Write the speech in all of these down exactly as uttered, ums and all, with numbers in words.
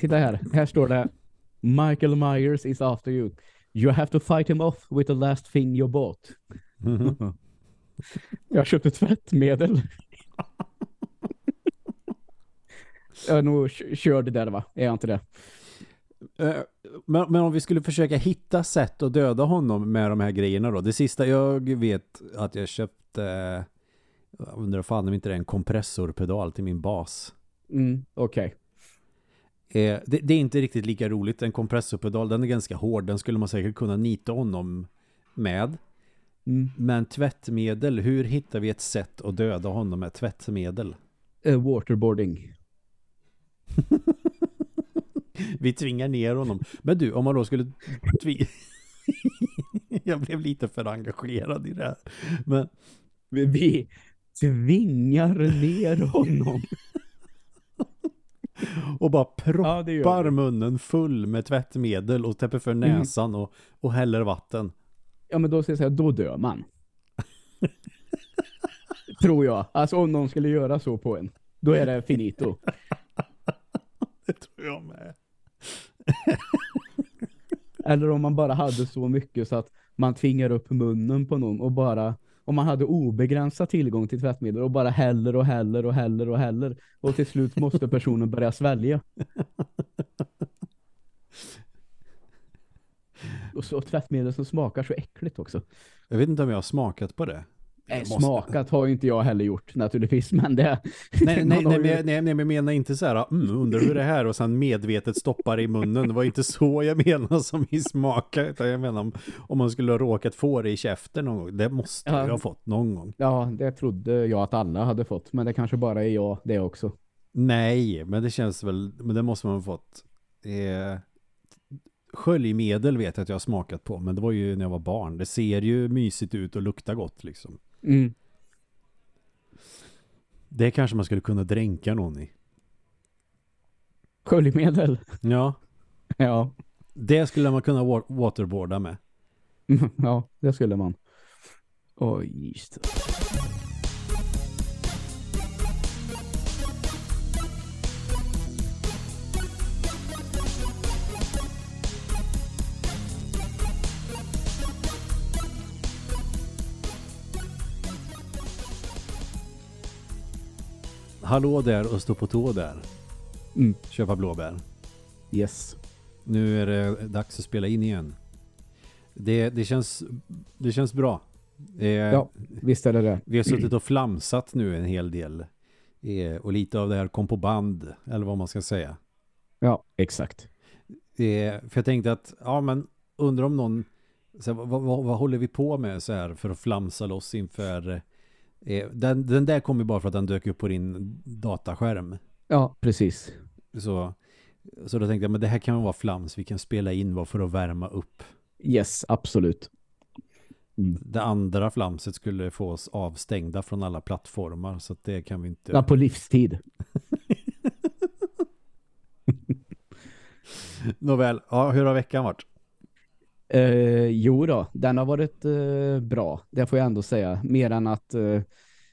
titta här. Här står det Michael Myers is after you. You have to fight him off with the last thing you bought. Mm-hmm. Jag köpte tvättmedel. Jag är nog körd det där, va? Är jag inte det? Uh, men, men om vi skulle försöka hitta sätt att döda honom med de här grejerna då. Det sista jag vet att jag köpte, jag undrar fan om inte det är en kompressorpedal till min bas. Mm, okej. Okay. Uh, det, det är inte riktigt lika roligt. En kompressorpedal, den är ganska hård. Den skulle man säkert kunna nita honom med. Mm. Men tvättmedel, hur hittar vi ett sätt att döda honom med tvättmedel? Uh, waterboarding. Vi tvingar ner honom. Men du, om man då skulle tvinga... Jag blev lite för engagerad i det här. Men... Vi tvingar ner honom. Och bara proppar ja, munnen full med tvättmedel och täpper för näsan mm. och, och häller vatten. Ja, men då ska jag säga, då dör man. Tror jag. Alltså om någon skulle göra så på en, då är det finito. Det tror jag med. Eller om man bara hade så mycket så att man tvingar upp munnen på någon och bara, om man hade obegränsad tillgång till tvättmedel och bara häller och häller och häller och häller och till slut måste personen börja svälja. Och så tvättmedel som smakar så äckligt också. Jag vet inte om jag har smakat på det. Nej, måste... Smakat har ju inte jag heller gjort naturligtvis, men det... Nej, nej, nej, ju... nej, nej, nej, men jag menar inte så här, mm, undrar hur det här och sen medvetet stoppar i munnen. Det var inte så jag menar som i smaka, utan jag menar om, om man skulle ha råkat få det i käften någon gång. Det måste ja. jag ha fått någon gång. Ja, det trodde jag att alla hade fått, men det kanske bara är jag det också. Nej, men det känns väl, men det måste man ha fått. Eh... Sköljmedel vet jag att jag har smakat på, men det var ju när jag var barn. Det ser ju mysigt ut och luktar gott liksom. Mm. Det kanske man skulle kunna dränka någon i. Sköljmedel? Ja. Ja. Det skulle man kunna waterboarda med. Ja, det skulle man. Oj, just det. Hallå där och stå på tå där. Mm. Köpa blåbär. Yes. Nu är det dags att spela in igen. Det, det, känns, det känns bra. Eh, ja, visst är det det. Vi har suttit och flamsat nu en hel del. Eh, och lite av det här kom på band, eller vad man ska säga. Ja, exakt. Eh, för jag tänkte att, ja men undrar om någon, så här, vad, vad, vad håller vi på med så här för att flamsa loss inför... Den, den där kom ju bara för att den dök upp på din dataskärm. Ja, precis. Så, så då tänkte jag, men det här kan vara flams. Vi kan spela in vad för att värma upp. Yes, absolut. Mm. Det andra flamset skulle få oss avstängda från alla plattformar. Så att det kan vi inte... Ja, på livstid. Nåväl, ja, hur har veckan varit? Eh, jo då, den har varit eh, bra. Det får jag ändå säga. Mer än att eh,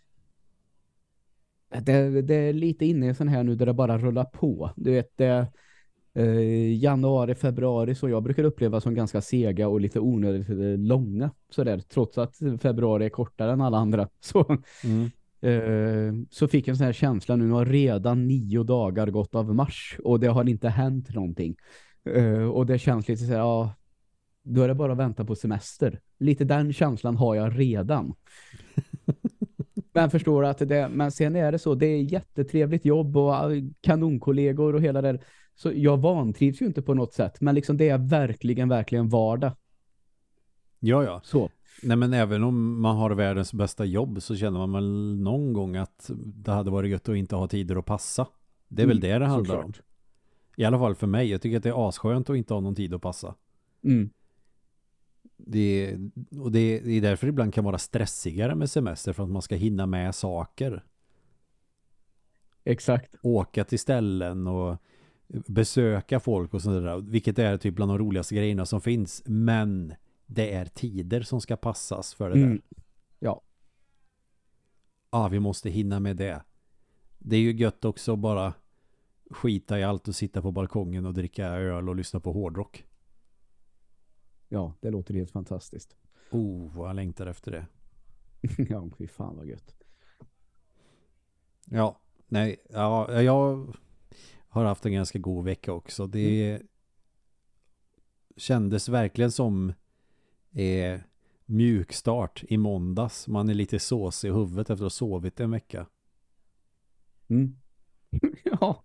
det, det är lite inne i sån här nu där det bara rullar på. Du vet, det eh, januari, februari så jag brukar uppleva som ganska sega och lite onödigt långa. Sådär, trots att februari är kortare än alla andra. Så, mm. eh, så fick jag en sån här känsla nu. Nu har redan nio dagar gått av mars och det har inte hänt någonting. Eh, och det känns lite så här, ja... Då är det bara att vänta på semester. Lite den känslan har jag redan. Men förstår att det, men sen är det så, det är jättetrevligt jobb och kanonkollegor och hela det. Så jag vantrivs ju inte på något sätt. Men liksom det är verkligen, verkligen vardag. Ja, ja. Så. Nej, men även om man har världens bästa jobb så känner man väl någon gång att det hade varit gött att inte ha tider att passa. Det är mm, väl det det handlar såklart. Om. I alla fall för mig. Jag tycker att det är asskönt att inte ha någon tid att passa. Mm. Det, och det, det är därför det ibland kan vara stressigare med semester för att man ska hinna med saker. Exakt. Åka till ställen och besöka folk och sådär, vilket är typ bland de roligaste grejerna som finns. Men det är tider som ska passas för det mm. där. Ja. Ja, vi måste hinna med det. Det är ju gött också bara skita i allt och sitta på balkongen och dricka öl och lyssna på hårdrock. Ja, det låter helt fantastiskt. Oh, vad jag längtar efter det. Ja, fy fan vad gött. Ja, nej, ja, jag har haft en ganska god vecka också. Det mm. kändes verkligen som eh, mjukstart i måndags. Man är lite såsig i huvudet efter att ha sovit en vecka. Mm. Ja.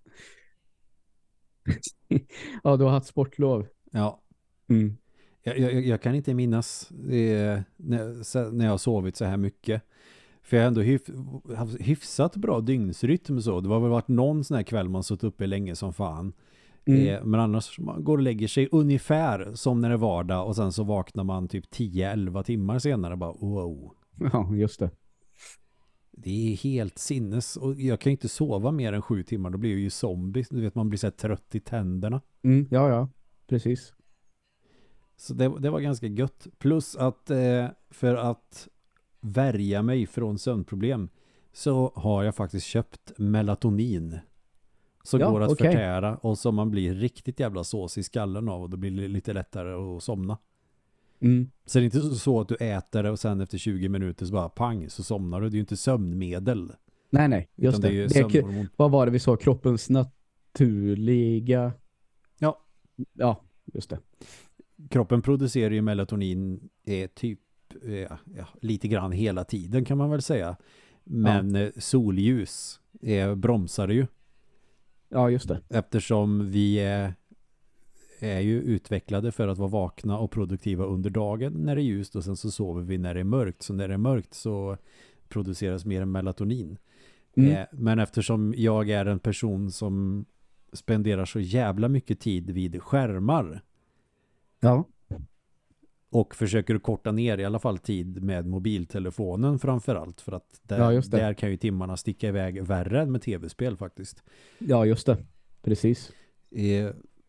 Ja, du har haft sportlov. Ja. Mm. Jag, jag, jag kan inte minnas eh, när, när jag har sovit så här mycket. För jag har ändå hyf, haft hyfsat bra dygnsrytm så. Det var väl varit någon sån här kväll man suttit uppe länge som fan. Mm. Eh, men annars man går och lägger sig ungefär som när det är vardag och sen så vaknar man typ tio elva timmar senare bara wow. Ja, just det. Det är helt sinnes och jag kan inte sova mer än sju timmar, då blir jag ju zombie. Du vet, man blir så här trött i tänderna. Mm, ja, ja, precis. Så det, det var ganska gött. Plus att eh, för att värja mig från sömnproblem så har jag faktiskt köpt melatonin. Så ja, går att okay. förtära och som man blir riktigt jävla sås i skallen av och då blir det lite lättare att somna. Mm. Så det är inte så att du äter det och sen efter tjugo minuter så bara pang så somnar du. Det är ju inte sömnmedel. Nej, nej, just det. det. det är, vad var det vi sa? Kroppens naturliga... Ja. Ja, just det. Kroppen producerar ju melatonin är typ ja, ja, lite grann hela tiden kan man väl säga. Men ja. solljus är, bromsar det ju. Ja, just det. Eftersom vi är, är ju utvecklade för att vara vakna och produktiva under dagen när det är ljust och sen så sover vi när det är mörkt. Så när det är mörkt så produceras mer melatonin. Mm. Eh, men eftersom jag är en person som spenderar så jävla mycket tid vid skärmar. Ja. Och försöker korta ner i alla fall tid med mobiltelefonen framförallt. För att där, ja, just det. där kan ju timmarna sticka iväg värre än med tv-spel faktiskt. Ja, just det. Precis. Eh,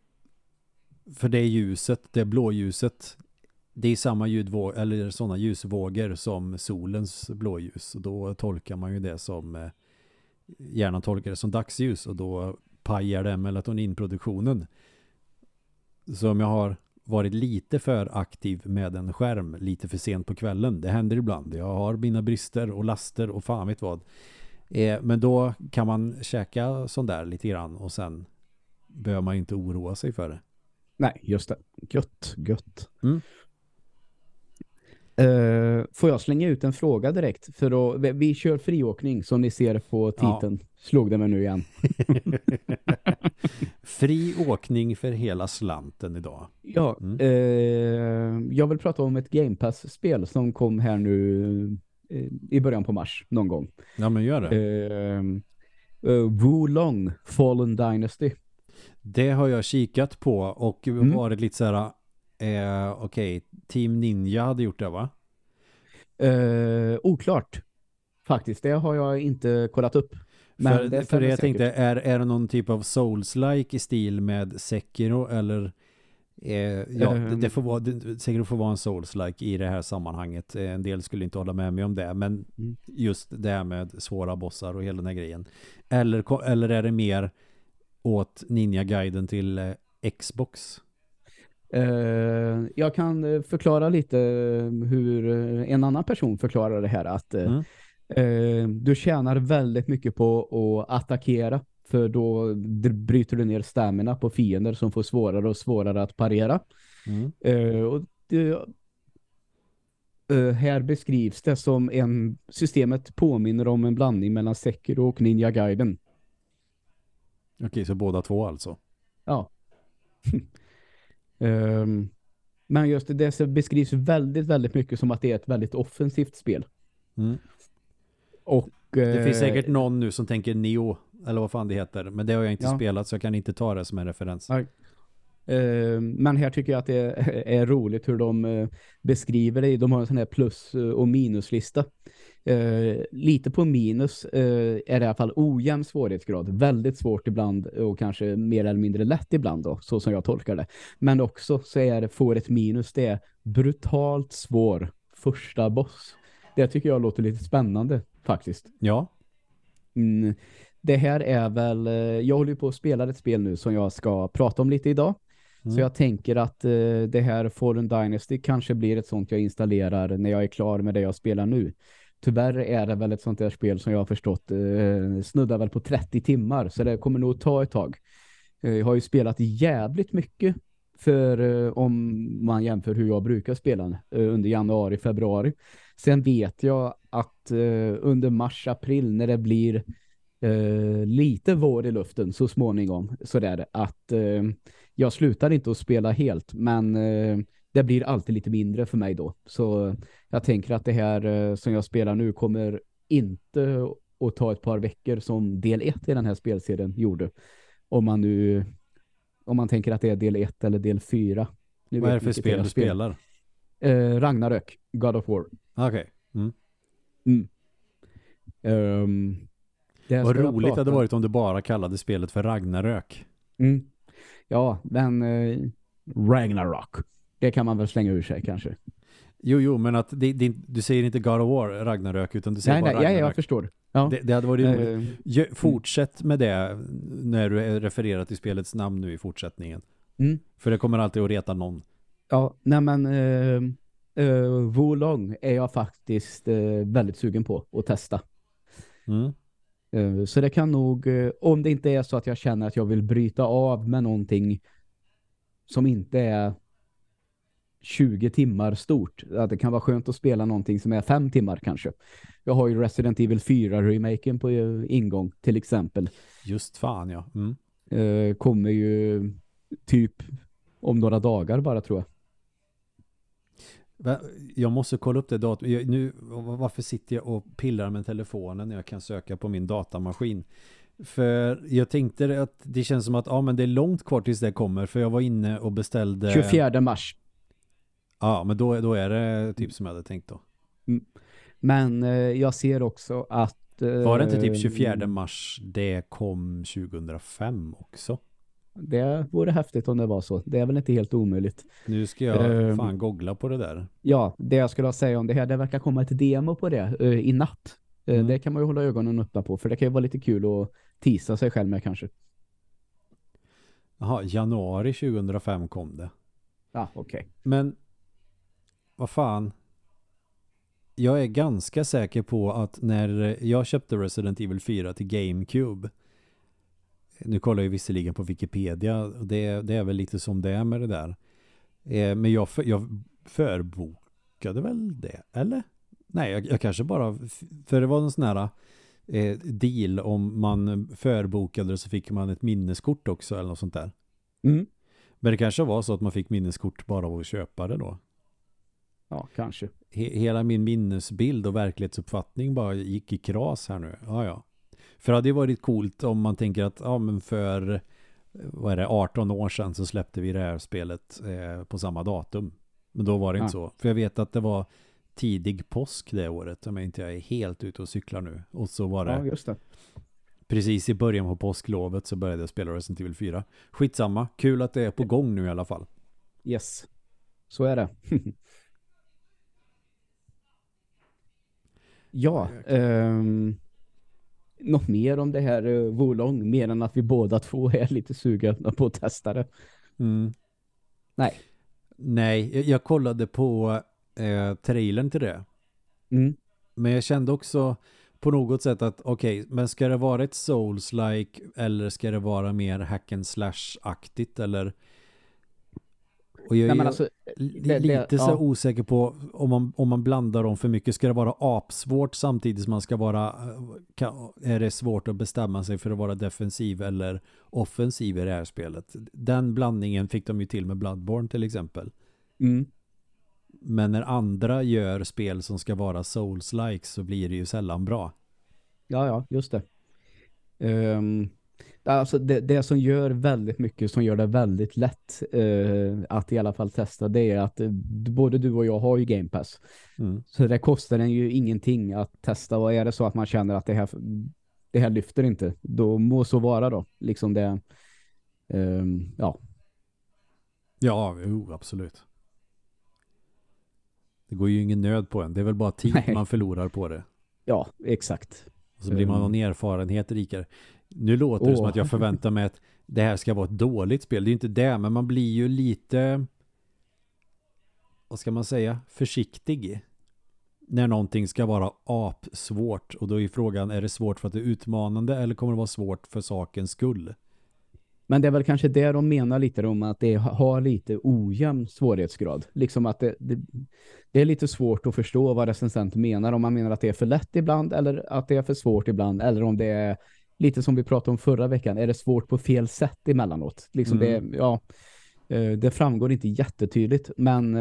för det ljuset, det blåljuset, det är samma ljudvåg eller sådana ljusvågor som solens blåljus. Och då tolkar man ju det som eh, hjärnan tolkar det som dagsljus och då pajar det melatoninproduktionen. Så om jag har varit lite för aktiv med en skärm lite för sent på kvällen. Det händer ibland. Jag har mina brister och laster och fan vet vad. Eh, men då kan man käka sån där lite grann och sen behöver man inte oroa sig för det. Nej, just det. Gött, gött. Mm. Uh, får jag slänga ut en fråga direkt? För då, vi, vi kör friåkning som ni ser på titeln. Ja. Slog det mig nu igen. Fri åkning för hela slanten idag. Ja, mm. uh, jag vill prata om ett Game Pass-spel som kom här nu uh, i början på mars någon gång. Ja, men gör det. Uh, uh, Wo Long Fallen Dynasty. Det har jag kikat på och mm. varit lite så här eh, okej, okay. Team Ninja hade gjort det, va? Uh, oklart. Faktiskt, det har jag inte kollat upp. Men för det för det jag säkert. tänkte, är, är det någon typ av Souls-like i stil med Sekiro eller eh, ja, um, det, det får vara det, Sekiro får vara en Souls-like i det här sammanhanget. En del skulle inte hålla med mig om det, men mm. just det här med svåra bossar och hela den här grejen. Eller, eller är det mer åt Ninja-guiden till eh, Xbox? Uh, jag kan förklara lite hur en annan person förklarar det här. Att mm. uh, du tjänar väldigt mycket på att attackera. För då bryter du ner stamina på fiender som får svårare och svårare att parera. Mm. Uh, och det, uh, här beskrivs det som en systemet påminner om en blandning mellan Sekiro och Ninja Gaiden. Okej, så båda två alltså? Ja. um, men just det, det beskrivs väldigt, väldigt mycket som att det är ett väldigt offensivt spel. Mm. Och, det uh, finns säkert någon nu som tänker Neo, eller vad fan det heter. Men det har jag inte ja. spelat så jag kan inte ta det som en referens. Uh, men här tycker jag att det är, är roligt hur de uh, beskriver det. De har en sån här plus- och minuslista. Uh, lite på minus uh, är det i alla fall ojämn svårighetsgrad. Väldigt svårt ibland och kanske mer eller mindre lätt ibland då, så som jag tolkar det. Men också så är det, får ett minus, det är brutalt svår första boss. Det tycker jag låter lite spännande faktiskt. Ja. Mm, det här är väl, eh, jag håller ju på att spela ett spel nu som jag ska prata om lite idag. Mm. Så jag tänker att eh, det här Fallen Dynasty kanske blir ett sånt jag installerar när jag är klar med det jag spelar nu. Tyvärr är det väl ett sånt där spel som jag har förstått eh, snuddar väl på trettio timmar, så det kommer nog ta ett tag. Eh, jag har ju spelat jävligt mycket för eh, om man jämför hur jag brukar spela eh, under januari, februari. Sen vet jag att eh, under mars, april när det blir eh, lite vår i luften så småningom så där det att eh, jag slutar inte att spela helt, men eh, det blir alltid lite mindre för mig då. Så jag tänker att det här eh, som jag spelar nu kommer inte att ta ett par veckor som del ett i den här spelserien gjorde. Om man nu om man tänker att det är del ett eller del fyra. Nu Vad är det vet för vilket spel jag du spelar? Eh, Ragnarök, God of War. Okej. Okay. Mm. Mm. Um, det Vad ska jag roligt det prata- hade varit om du bara kallade spelet för Ragnarök. Mm. Ja, men eh, Ragnarok. Det kan man väl slänga ur sig kanske. Jo, jo, men att det, det, du säger inte God of War Ragnarök utan du säger Nej, bara nej, ja, Ragnarök. jag förstår. Ja. Det, det hade varit roligt. Eh, Gö- Fortsätt med det när du refererar till spelets namn nu i fortsättningen. mm. För det kommer alltid att reta någon. Ja, nej men uh, uh, Wolong är jag faktiskt uh, väldigt sugen på att testa. Mm. Uh, så det kan nog, uh, om det inte är så att jag känner att jag vill bryta av med någonting som inte är tjugo timmar stort. Att det kan vara skönt att spela någonting som är fem timmar kanske. Jag har ju Resident Evil fyra-remaken på uh, ingång till exempel. Just fan, ja. Mm. Uh, kommer ju typ om några dagar bara tror jag. Jag måste kolla upp det datum. Jag, nu, varför sitter jag och pillar med telefonen när jag kan söka på min datamaskin? För jag tänkte att det känns som att ja, men det är långt kvar tills det kommer. För jag var inne och beställde... tjugofjärde mars. Ja, men då, då är det typ som jag hade tänkt då. Mm. Men eh, jag ser också att... Eh, var det inte typ tjugofjärde mars det kom tjugohundrafem också? Det vore häftigt om det var så. Det är väl inte helt omöjligt. Nu ska jag um, fan googla på det där. Ja, det jag skulle säga om det här, det verkar komma ett demo på det uh, i natt. Uh, Mm. Det kan man ju hålla ögonen öppna på, för det kan ju vara lite kul att tisa sig själv med kanske. Jaha, januari tjugohundrafem kom det. Ja, okej. Okay. Men vad fan? Jag är ganska säker på att när jag köpte Resident Evil fyra till GameCube, nu kollar jag visserligen på Wikipedia, och det, det är väl lite som det är med det där. Eh, men jag, för, jag förbokade väl det, eller? Nej, jag, jag kanske bara, för det var en sån här eh, deal om man förbokade det så fick man ett minneskort också eller något sånt där. Mm. Men det kanske var så att man fick minneskort bara av att köpa det då. Ja, kanske. He- hela min minnesbild och verklighetsuppfattning bara gick i kras här nu. Ja, ja. För det hade ju varit coolt om man tänker att ja, men för vad är det, arton år sedan så släppte vi det här spelet eh, på samma datum. Men då var det Ja. inte så. För jag vet att det var tidig påsk det året, om jag inte är helt ute och cyklar nu. Och så var det, Ja, just det. precis i början på påsklovet så började jag spela Resident Evil fyra. Skitsamma, kul att det är på gång nu i alla fall. Yes. Så är det. Ja, um, något mer om det här uh, Wolong, mer än att vi båda två är lite sugna på att testa det. Mm. Nej. Nej, jag, jag kollade på eh, trailern till det. Mm. Men jag kände också på något sätt att okej, okay, men ska det vara ett Souls-like eller ska det vara mer hack and slash-aktigt eller och jag, Nej, men jag alltså, li, det, lite det, så ja. osäker på om man, om man blandar dem för mycket. Ska det vara apsvårt samtidigt som man ska vara kan, är det svårt att bestämma sig för att vara defensiv eller offensiv i det här spelet. Den blandningen fick de ju till med Bloodborne till exempel. Mm. Men när andra gör spel som ska vara Souls-like så blir det ju sällan bra. Ja, ja, just det. Um, alltså det, det som gör väldigt mycket, som gör det väldigt lätt uh, att i alla fall testa, det är att uh, både du och jag har ju Game Pass. Mm. Så det kostar en ju ingenting att testa. Och är det så att man känner att det här, det här lyfter inte, då må så vara då. Liksom det, um, ja. Ja, jo, absolut. Det går ju ingen nöd på en. Det är väl bara tid Nej. man förlorar på det. Ja, exakt. Och så blir man Mm. någon erfarenhet rikare. Nu låter det Åh. som att jag förväntar mig att det här ska vara ett dåligt spel. Det är ju inte det, men man blir ju lite, vad ska man säga, försiktig när någonting ska vara apsvårt. Och då är frågan, är det svårt för att det är utmanande eller kommer det vara svårt för sakens skull? Men det är väl kanske det de menar lite om, att det har lite ojämn svårighetsgrad. Liksom att det, det, det är lite svårt att förstå vad recensent menar. Om man menar att det är för lätt ibland eller att det är för svårt ibland. Eller om det är lite som vi pratade om förra veckan. Är det svårt på fel sätt emellanåt? Liksom Mm. det, ja, det framgår inte jättetydligt. Men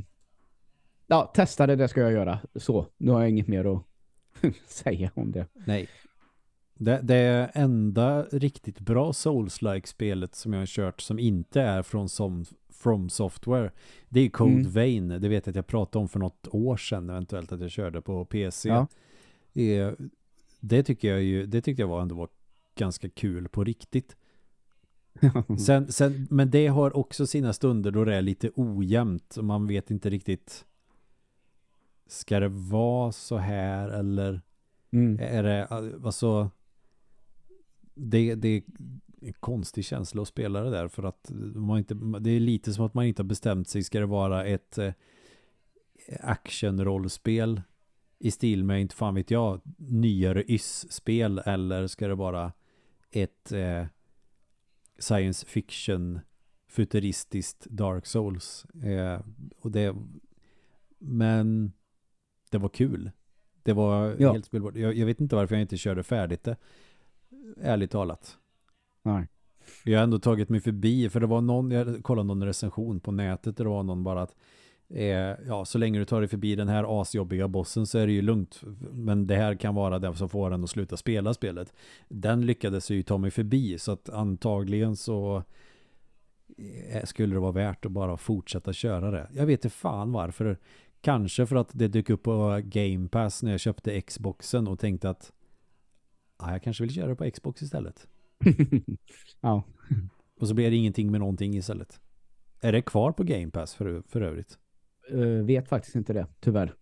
ja, testa det, det ska jag göra. Så, nu har jag inget mer att säga om det. Nej. Det, det enda riktigt bra Souls-like-spelet som jag har kört som inte är från som, From Software, det är Code Mm. Vein. Det vet jag att jag pratade om för något år sedan eventuellt att jag körde på P C. Ja. Det, det tycker jag ju, det tyckte jag var ändå var ganska kul på riktigt. sen, sen, men det har också sina stunder då det är lite ojämnt och man vet inte riktigt, ska det vara så här eller Mm. är det alltså det, det är en konstig känsla att spela det där, för att man inte, det är lite som att man inte har bestämt sig, ska det vara ett eh, actionrollspel i stil med, inte fan vet jag, nyare Y S-spel, eller ska det vara ett eh, science fiction futuristiskt Dark Souls eh, och det, men det var kul. Det var Ja. helt spelbart. Jag, jag vet inte varför jag inte körde färdigt det. Ärligt talat. Nej. Jag har ändå tagit mig förbi, för det var någon, jag kollade någon recension på nätet där det var någon bara att eh, ja, så länge du tar dig förbi den här asjobbiga bossen så är det ju lugnt, men det här kan vara det som får den att sluta spela spelet. Den lyckades ju ta mig förbi, så att antagligen så eh, skulle det vara värt att bara fortsätta köra det. Jag vet inte fan varför. Kanske för att det dök upp på Game Pass när jag köpte Xboxen och tänkte att ah, jag kanske vill köra på Xbox istället. Ja. Och så blir det ingenting med någonting istället. Är det kvar på Game Pass för, för övrigt? Uh, vet faktiskt inte det, tyvärr.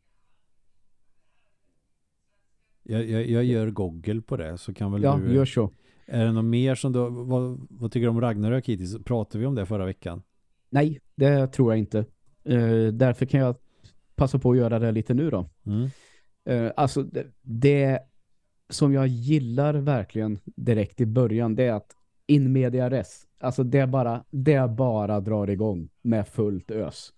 Jag, jag, jag gör Google på det, så kan väl Ja, du... gör så. Är det något mer som du... Vad, vad tycker du om Ragnarök hittills? Pratade vi om det förra veckan? Nej, det tror jag inte. Uh, därför kan jag passa på att göra det lite nu då. Mm. Uh, alltså, det, det som jag gillar verkligen direkt i början, det är att in media res, alltså det bara, det bara drar igång med fullt ös.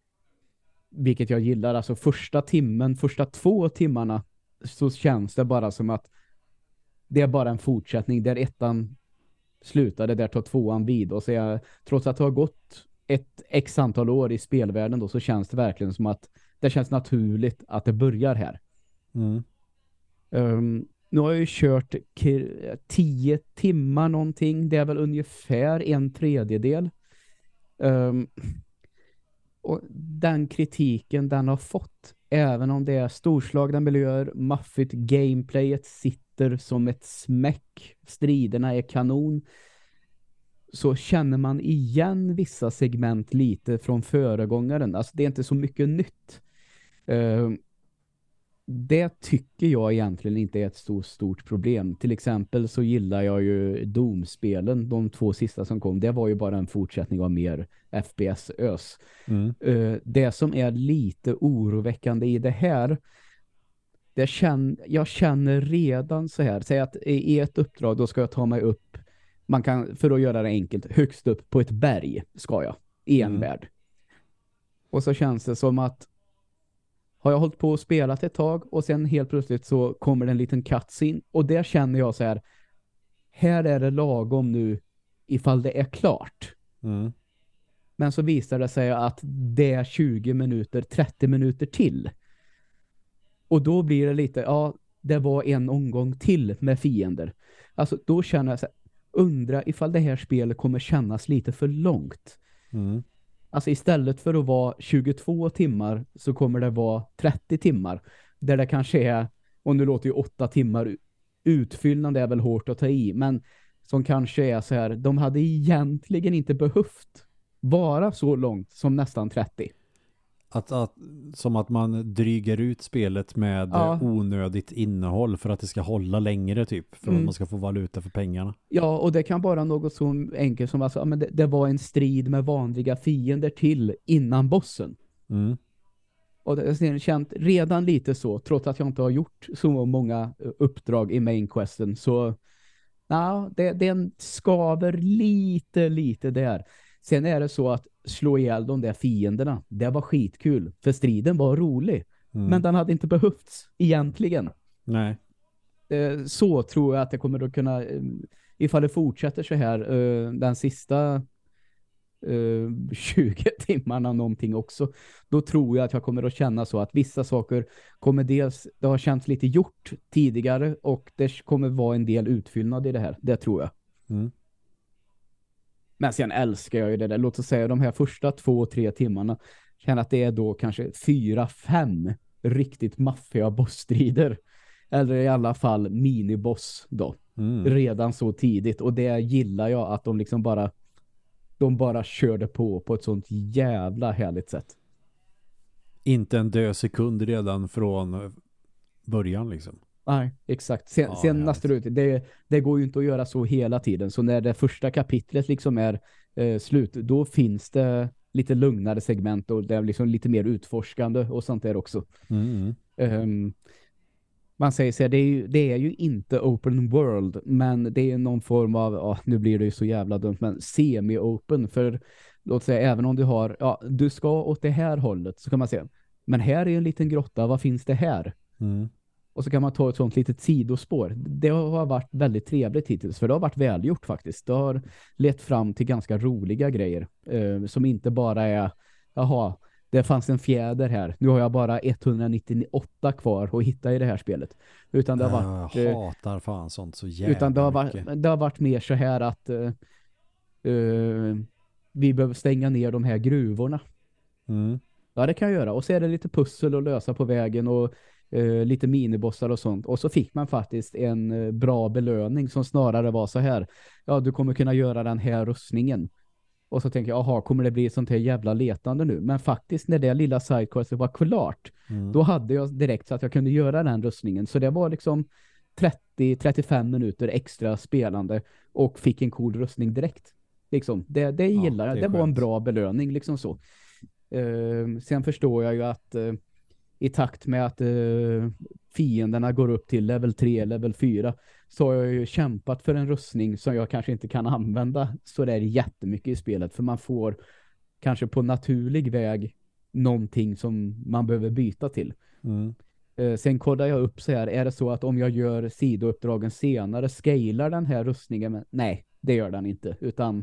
Vilket jag gillar. Alltså första timmen, första två timmarna så känns det bara som att det är bara en fortsättning. Där ettan slutade, där tar tvåan vid. Och så jag, trots att det har gått ett x antal år i spelvärlden då, så känns det verkligen som att det känns naturligt att det börjar här. Mm. Um, nu har jag ju kört k- tio timmar någonting. Det är väl ungefär en tredjedel. Um, och den kritiken den har fått, även om det är storslagna miljöer, maffigt gameplayet sitter som ett smäck, striderna är kanon, så känner man igen vissa segment lite från föregångaren. Alltså det är inte så mycket nytt. Uh, det tycker jag egentligen inte är ett stort, stort problem. Till exempel så gillar jag ju Doom-spelen, de två sista som kom. Det var ju bara en fortsättning av mer F P S-ös. Mm. Uh, det som är lite oroväckande i det här, det känn, jag känner redan så här. Säg att i ett uppdrag då ska jag ta mig upp, man kan, för att göra det enkelt, högst upp på ett berg ska jag, i en Mm. värld. Och så känns det som att har jag hållit på och spelat ett tag och sen helt plötsligt så kommer det en liten cutscene och där känner jag så här, här är det lagom nu ifall det är klart. Mm. Men så visar det sig att det är tjugo minuter, trettio minuter till. Och då blir det lite, ja, det var en omgång till med fiender. Alltså då känner jag så här, undra ifall det här spelet kommer kännas lite för långt. Mm. Alltså istället för att vara tjugotvå timmar så kommer det vara trettio timmar. Där det kanske är, och nu låter ju åtta timmar utfyllande är väl hårt att ta i, men som kanske är så här, de hade egentligen inte behövt vara så långt som nästan trettio. Att, att, som att man dryger ut spelet med Ja. onödigt innehåll för att det ska hålla längre typ. För Mm. att man ska få valuta för pengarna. Ja, och det kan vara något så enkelt som alltså, ja, men det, det var en strid med vanliga fiender till innan bossen. Mm. Och det är känt redan lite så, trots att jag inte har gjort så många uppdrag i main questen. Så ja, det, den skaver lite, lite där. Sen är det så att slå ihjäl de där fienderna, det var skitkul. För striden var rolig. Mm. Men den hade inte behövts egentligen. Nej. Eh, Så tror jag att det kommer att kunna, eh, ifall det fortsätter så här, eh, den sista eh, tjugo timmarna någonting också, då tror jag att jag kommer att känna så att vissa saker kommer dels, det har känts lite gjort tidigare och det kommer vara en del utfyllnad i det här, det tror jag. Mm. Men sen älskar jag ju det där, låt oss säga de här första två, tre timmarna, känner att det är då kanske fyra, fem riktigt maffiga bossstrider. Eller i alla fall miniboss då. Mm. Redan så tidigt. Och det gillar jag att de liksom bara de bara körde på på ett sånt jävla härligt sätt. Inte en död sekund redan från början liksom. Nej, exakt. Sen, Ja, sen nästa ut, det, det går ju inte att göra så hela tiden. Så när det första kapitlet liksom är eh, slut, då finns det lite lugnare segment och det är liksom lite mer utforskande och sånt där också. Mm. Um, man säger så här, det är, ju, det är ju inte open world, men det är någon form av, ja, nu blir det ju så jävla dumt, men semi-open, för låt säga, även om du har, ja, du ska åt det här hållet, så kan man säga, men här är en liten grotta, vad finns det här? Mm. Och så kan man ta ett sånt litet sidospår. Det har varit väldigt trevligt hittills, för det har varit välgjort faktiskt. Det har lett fram till ganska roliga grejer, eh, som inte bara är, jaha, det fanns en fjäder här. Nu har jag bara etthundranittioåtta kvar att hitta i det här spelet. Utan det har varit... Jag hatar fan sånt så jävla utan det har varit, mycket. det har varit mer så här att uh, uh, vi behöver stänga ner de här gruvorna. Mm. Ja, det kan jag göra. Och så är det lite pussel att lösa på vägen och uh, lite minibossar och sånt. Och så fick man faktiskt en uh, bra belöning som snarare var så här. Ja, du kommer kunna göra den här rustningen. Och så tänker jag, aha, kommer det bli ett sånt här jävla letande nu? Men faktiskt när det lilla sidequestet var klart, Mm. då hade jag direkt så att jag kunde göra den rustningen. Så det var liksom trettio till trettiofem minuter extra spelande och fick en cool rustning direkt. Liksom, det, det Ja, gillar jag. det Det, är var en skönt. bra belöning liksom så. Uh, sen förstår jag ju att uh, i takt med att uh, fienderna går upp till level tre, level fyra, så har jag ju kämpat för en rustning som jag kanske inte kan använda så där jättemycket i spelet, för man får kanske på naturlig väg någonting som man behöver byta till. Mm. Uh, sen kodar jag upp så här, är det så att om jag gör sidouppdragen senare, scalar den här rustningen? Men nej, det gör den inte, utan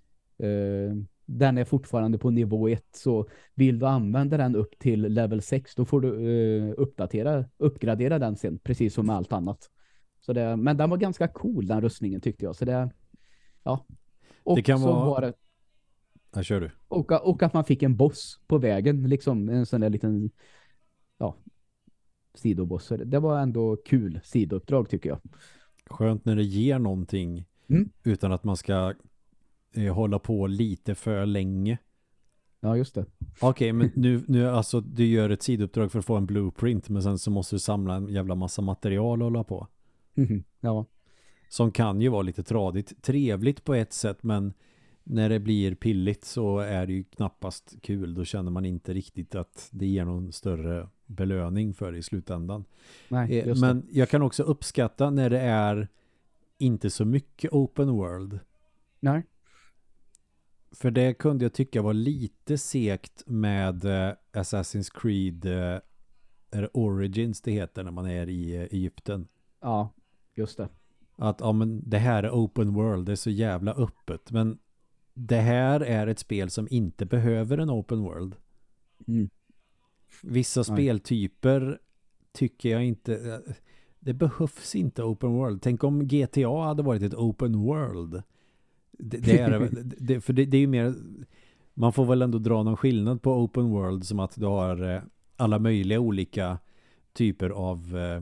uh, den är fortfarande på nivå ett, så vill du använda den upp till level sex, då får du uh, uppdatera, uppgradera den sen, precis som med allt annat. Så det, men den var ganska cool, den rustningen, tyckte jag. Så det, ja. Och Det kan så vara- var det, Här kör du. och, och att man fick en boss på vägen, liksom en sån där liten, ja, sidoboss. Så det, det var ändå kul sidouppdrag, tycker jag. Skönt när det ger någonting Mm. utan att man ska eh, hålla på lite för länge. Ja, just det. Okej, men nu, nu alltså du gör ett sidouppdrag för att få en blueprint, men sen så måste du samla en jävla massa material och hålla på. Mhm. Ja. Som kan ju vara lite tradigt. Trevligt på ett sätt, men när det blir pilligt så är det ju knappast kul. Då känner man inte riktigt att det ger någon större belöning för det i slutändan. Nej, Eh, just Men det. jag kan också uppskatta när det är inte så mycket open world. Nej. För det kunde jag tycka var lite segt med eh, Assassin's Creed eh, är det Origins det heter när man är i eh, Egypten. Ja, just det. Att ja, men det här är open world, det är så jävla öppet. Men det här är ett spel som inte behöver en open world. Mm. Vissa Nej. speltyper tycker jag inte, det behövs inte open world. Tänk om G T A hade varit ett open world. Det, det är det, för det, det är ju mer, man får väl ändå dra någon skillnad på open world, som att du har eh, alla möjliga olika typer av eh,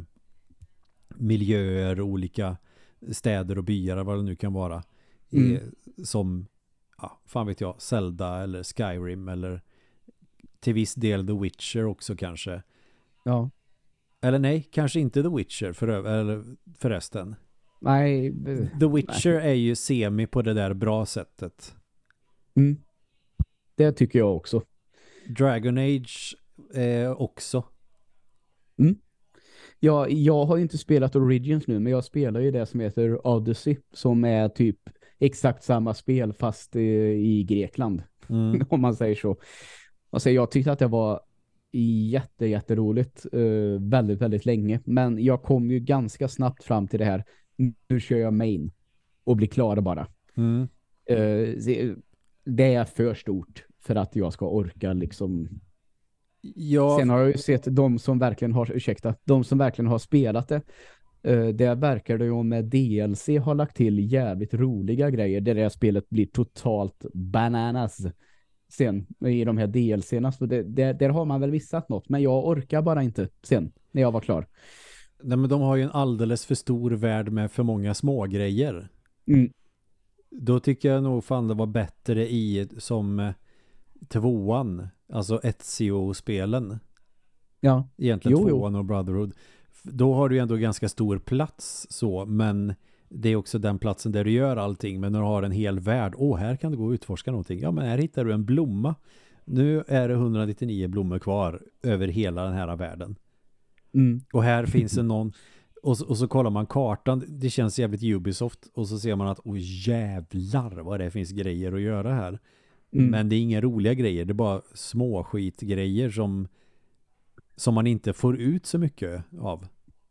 miljöer, olika städer och byar, vad det nu kan vara. Mm. Eh, som, ja, fan vet jag, Zelda eller Skyrim eller till viss del The Witcher också kanske. Ja. Eller nej, kanske inte The Witcher för, eller förresten. Nej. The Witcher nej. är ju semi på det där bra sättet. Mm. Det tycker jag också. Dragon Age eh, också. Mm. Ja, jag har ju inte spelat Origins nu, men jag spelar ju det som heter Odyssey, som är typ exakt samma spel fast i, i Grekland. Mm. Om man säger så. Alltså, jag tyckte att det var jätte, jätteroligt uh, väldigt, väldigt länge. Men jag kom ju ganska snabbt fram till det här. Nu kör jag main och blir klar bara. Mm. Uh, det är för stort för att jag ska orka liksom. Ja. Sen har jag ju sett de som verkligen har, ursäkta, de som verkligen har spelat det. Uh, det verkar det ju med D L C har lagt till jävligt roliga grejer där det här spelet blir totalt bananas sen i de här D L C-erna. Så det, det, där har man väl visat något, men jag orkar bara inte sen när jag var klar. Nej, men de har ju en alldeles för stor värld med för många små grejer. Mm. Då tycker jag nog fan det var bättre i som tvåan, alltså Ezio-spelen. Ja. Egentligen jo, tvåan jo. och Brotherhood. Då har du ju ändå ganska stor plats så, men det är också den platsen där du gör allting, men när du har en hel värld, åh, här kan du gå och utforska någonting. Ja, men här hittar du en blomma. Nu är det etthundranittionio blommor kvar över hela den här världen. Mm. Och här finns det någon, och så, och så kollar man kartan, det känns jävligt Ubisoft, och så ser man att, åh jävlar vad det finns grejer att göra här. Mm. Men det är inga roliga grejer, det är bara små skitgrejer som som man inte får ut så mycket av.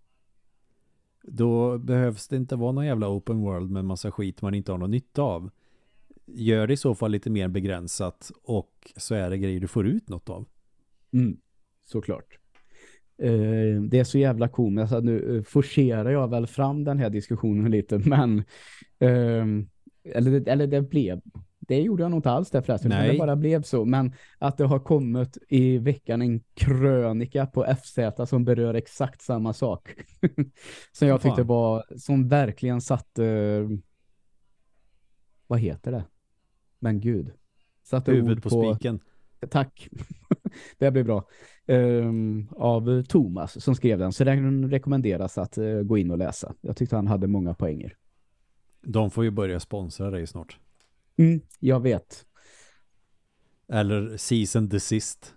Då behövs det inte vara någon jävla open world med massa skit man inte har någon nytta av. Gör det i så fall lite mer begränsat, och så är det grejer du får ut något av. Mm. Såklart. Uh, det är så jävla komiskt att nu uh, forcerar jag väl fram den här diskussionen lite, men uh, eller, eller det blev det gjorde jag nog inte alls där förresten, utan det bara blev så. Men att det har kommit i veckan en krönika på F Z som berör exakt samma sak. som jag tyckte var, som verkligen satte, uh, vad heter det? Men gud. Satte huvud ord på, på spiken. Tack. Det blir bra. Um, av Thomas som skrev den. Så den rekommenderas att uh, gå in och läsa. Jag tyckte han hade många poänger. De får ju börja sponsra dig snart. Mm, jag vet. Eller season desist.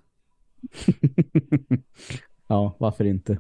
Ja, varför inte?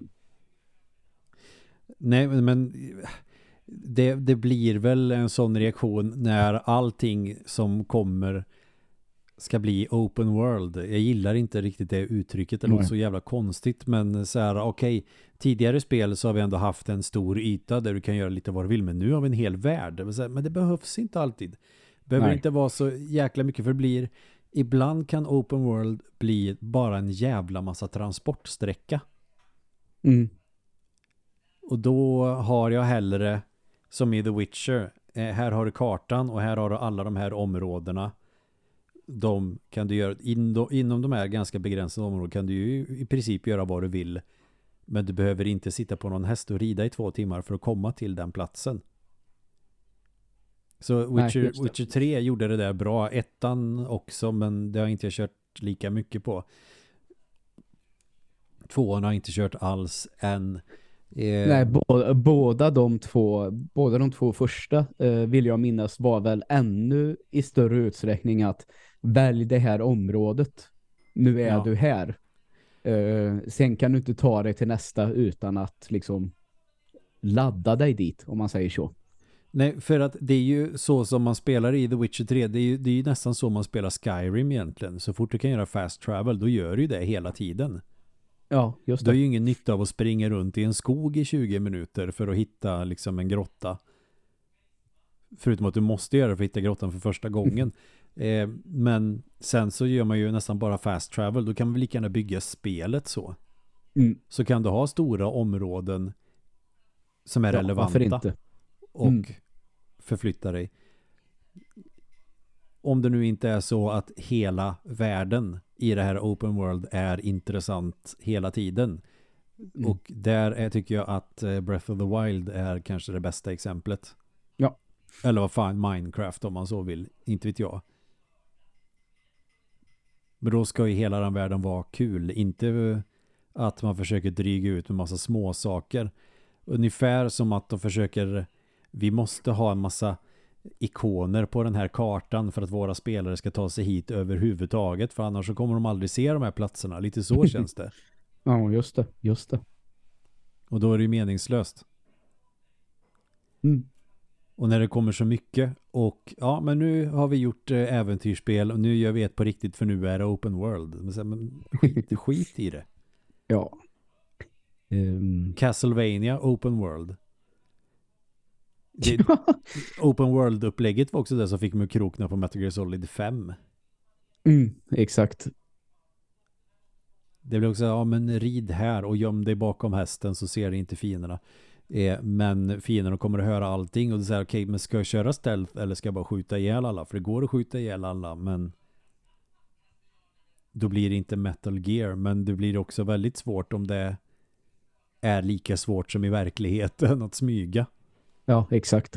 Nej, men, men det, det blir väl en sån reaktion när allting som kommer ska bli open world. Jag gillar inte riktigt det uttrycket. Det låter så jävla konstigt, men så här, okej, okay, tidigare spel så har vi ändå haft en stor yta där du kan göra lite vad du vill, men nu har vi en hel värld. Men det behövs inte alltid. Behöver Nej. inte vara så jäkla mycket, för det blir, ibland kan open world bli bara en jävla massa transportsträcka. Mm. Och då har jag hellre, som i The Witcher, eh, här har du kartan och här har du alla de här områdena. De kan du göra, in, inom de här ganska begränsade områden kan du ju i princip göra vad du vill. Men du behöver inte sitta på någon häst och rida i två timmar för att komma till den platsen. Så Witcher, Nej, Witcher tre gjorde det där bra. Ettan också, men det har inte jag kört lika mycket på. Tvåan har inte kört alls än. Eh... Nej, bo- båda de två båda de två första eh, vill jag minnas var väl ännu i större utsträckning att välj det här området. Nu är ja. du här. Eh, sen kan du inte ta dig till nästa utan att liksom ladda dig dit, om man säger så. Nej, för att det är ju så som man spelar i The Witcher tre. Det är ju, det är ju nästan så man spelar Skyrim egentligen. Så fort du kan göra fast travel, då gör du ju det hela tiden. Ja, just det. Du har ju ingen nytta av att springa runt i en skog i tjugo minuter för att hitta liksom en grotta. Förutom att du måste göra det för att hitta grottan för första gången. Mm. Eh, men sen så gör man ju nästan bara fast travel. Då kan man väl lika gärna bygga spelet så. Mm. Så kan du ha stora områden som är ja, relevanta. Varför inte? Och mm. förflytta dig. Om det nu inte är så att hela världen i det här open world är intressant hela tiden. Mm. Och där är, tycker jag att Breath of the Wild är kanske det bästa exemplet. Ja. Eller vad fan, Minecraft om man så vill. Inte vet jag. Men då ska ju hela den världen vara kul. Inte att man försöker dryga ut med massa små saker. Ungefär som att de försöker, vi måste ha en massa ikoner på den här kartan för att våra spelare ska ta sig hit överhuvudtaget, för annars så kommer de aldrig se de här platserna. Lite så känns det. Ja, just det, just det. Och då är det ju meningslöst. Mm. Och när det kommer så mycket och ja, men nu har vi gjort eh, äventyrsspel och nu gör vi ett på riktigt för nu är det open world. Men, så, men skit, skit i det. Ja. Um. Castlevania open world. Det, open world-upplägget var också det som fick mig krokna på Metal Gear Solid fem. Mm, exakt. Det blev också, ja men rid här och göm dig bakom hästen så ser det inte fienderna. Eh, men fienderna kommer att höra allting och det säger okej, okay, men ska jag köra stealth eller ska jag bara skjuta ihjäl alla? För det går att skjuta ihjäl alla, men då blir det inte Metal Gear, men det blir också väldigt svårt om det är lika svårt som i verkligheten att smyga. Ja, exakt.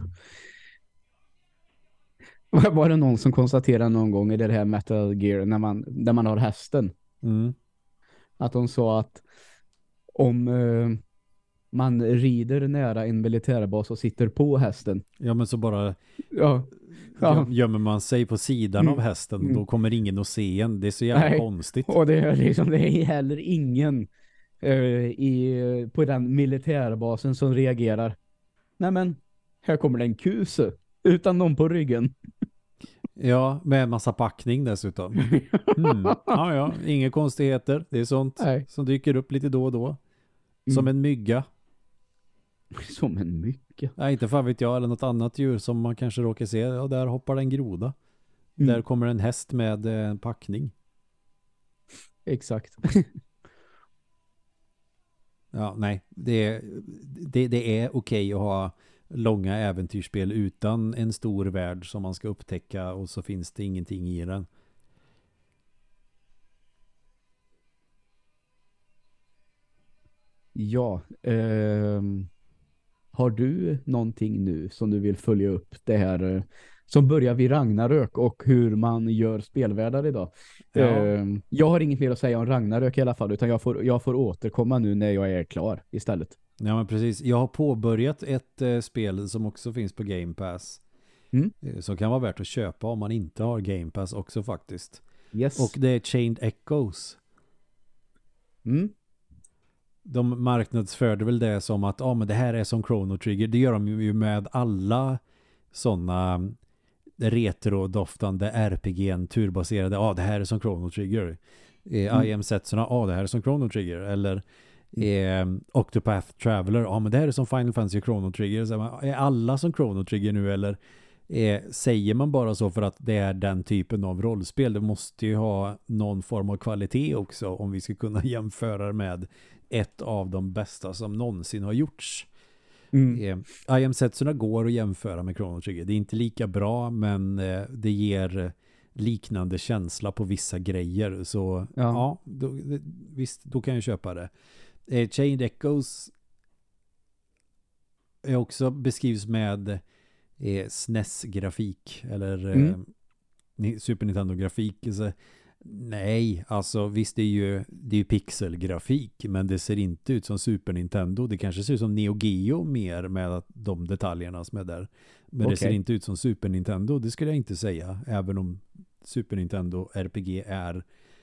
Var det någon som konstaterade någon gång i det här Metal Gear när man, där man har hästen? Mm. Att de sa att om uh, man rider nära en militärbas och sitter på hästen. Ja, men så bara ja. Ja. gömmer man sig på sidan mm. av hästen. Mm. Då kommer ingen att se en. Det är så jävla Nej. konstigt. Och det är, liksom, det är heller ingen uh, i, på den militärbasen som reagerar. Nej men, här kommer det en kuse utan någon på ryggen. Ja, med en massa packning dessutom. Mm. Ja, ja, inga konstigheter. Det är sånt Nej. Som dyker upp lite då och då. Som mm. en mygga. Som en mygga? Nej, inte fan vet jag. Eller något annat djur som man kanske råkar se. Ja, där hoppar en groda. Mm. Där kommer en häst med en eh, packning. Exakt. Ja, nej. Det, det, det är okej att ha långa äventyrsspel utan en stor värld som man ska upptäcka och så finns det ingenting i den. Ja. Eh, har du någonting nu som du vill följa upp det här eh, som börjar vid Ragnarök och hur man gör spelvärldar idag? Ja. Eh, jag har inget fel att säga om Ragnarök i alla fall, utan jag får, jag får återkomma nu när jag är klar istället. Ja, men precis. Jag har påbörjat ett eh, spel som också finns på Game Pass. Mm. Eh, som kan vara värt att köpa om man inte har Game Pass också faktiskt. Yes. Och det är Chained Echoes. Mm. De marknadsförde väl det som att ah, men det här är som Chrono Trigger. Det gör de ju med alla sådana retro-doftande R P G-en, turbaserade. Ja, ah, det här är som Chrono Trigger. Eh, mm. I am setserna, ja ah, det här är som Chrono Trigger. Eller Eh, Octopath Traveler, ja men det här är som Final Fantasy Chrono Trigger. Så, är alla som Chrono Trigger nu eller eh, säger man bara så för att det är den typen av rollspel? Det måste ju ha någon form av kvalitet också om vi ska kunna jämföra med ett av de bästa som någonsin har gjorts. Mm. Eh, I am setserna går att jämföra med Chrono Trigger. Det är inte lika bra, men eh, det ger liknande känsla på vissa grejer. Så ja, ja då, visst, då kan jag köpa det. Eh, Chained Echoes är också beskrivs med eh, S N E S-grafik eller mm. eh, Super Nintendo-grafik. Så, nej, alltså visst det är ju det är ju pixelgrafik, men det ser inte ut som Super Nintendo. Det kanske ser ut som Neo Geo mer med de detaljerna som är där. Men okay. Det ser inte ut som Super Nintendo, det skulle jag inte säga, även om Super Nintendo R P G är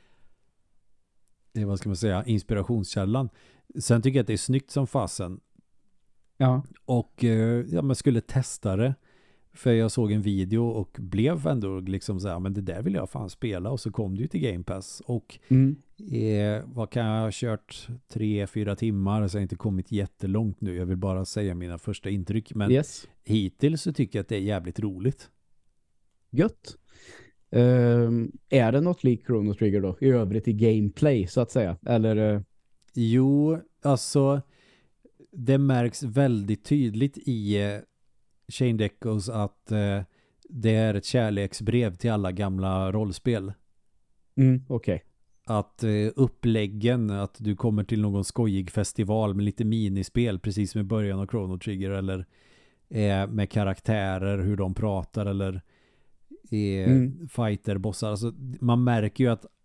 vad ska man säga, inspirationskällan. Sen tycker jag att det är snyggt som fasen. Ja. Och ja, man skulle testa det. För jag såg en video och blev ändå liksom så här, men det där vill jag fan spela. Och så kom det ju till Game Pass. Och mm. eh, vad kan jag ha kört? Tre, fyra timmar. Så jag har inte kommit jättelångt nu. Jag vill bara säga mina första intryck. Men yes. Hittills så tycker jag att det är jävligt roligt. Gött. Uh, är det något lik Chrono Trigger då? I övrigt i gameplay så att säga? Eller... Uh... Jo, alltså det märks väldigt tydligt i uh, Chained Echoes att uh, det är ett kärleksbrev till alla gamla rollspel. Mm, okej. Okay. Att uh, uppläggen, att du kommer till någon skojig festival med lite minispel precis som i början av Chrono Trigger, eller uh, med karaktärer, hur de pratar eller mm. fighter, bossar. Alltså, man märker ju att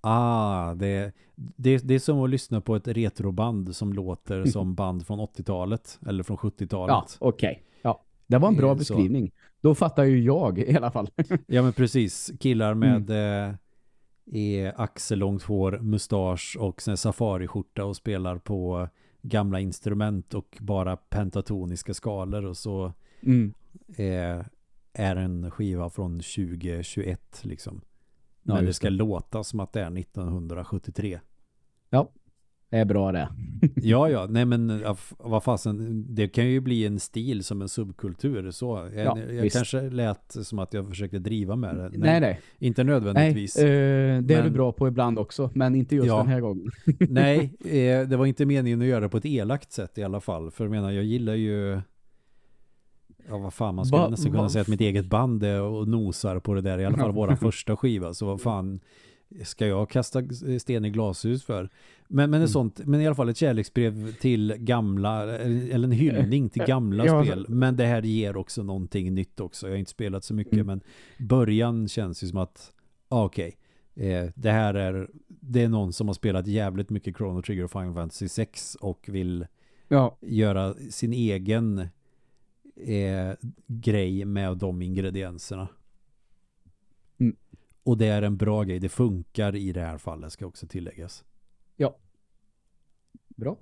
Ah, det, det, det är som att lyssna på ett retroband som låter som band från åttiotalet eller från sjuttiotalet. Ja, okej. Okay. Ja, det var en bra Eh, beskrivning. Så. Då fattar ju jag i alla fall. Ja, men precis. Killar med Mm. eh, eh, axellångt hår, mustasch och sen safariskjorta och spelar på gamla instrument och bara pentatoniska skalor och så Mm. eh, är en skiva från tjugo tjugoett liksom. Ja, Men det just ska det. låta som att det är nittonhundrasjuttiotre. Ja, det är bra det. Ja, ja. Nej, men ja, f- vad fasen, det kan ju bli en stil som en subkultur. Så. Jag, Ja, jag visst. kanske lät som att jag försökte driva med det. Nej, nej. Inte Nej, nödvändigtvis. eh, det är Men- du bra på ibland också, men inte just Ja. den här gången. Nej, eh, det var inte meningen att göra det på ett elakt sätt i alla fall. För jag menar, jag gillar ju... Ja, vad fan, man skulle Va- nästan kunna va- säga att mitt eget band är och nosar på det där. I alla fall våran första skiva. Så vad fan ska jag kasta sten i glashus för? Men, men, Mm. ett sånt, men i alla fall ett kärleksbrev till gamla, eller en hyllning till gamla Ja, spel. Men det här ger också någonting nytt också. Jag har inte spelat så mycket, Mm. men början känns ju som att ah, okej, eh, det här är det är någon som har spelat jävligt mycket Chrono Trigger och Final Fantasy sex och vill Ja, göra sin egen eh, grej med de ingredienserna. Mm. Och det är en bra grej. Det funkar i det här fallet, ska också tilläggas. ja. Bra.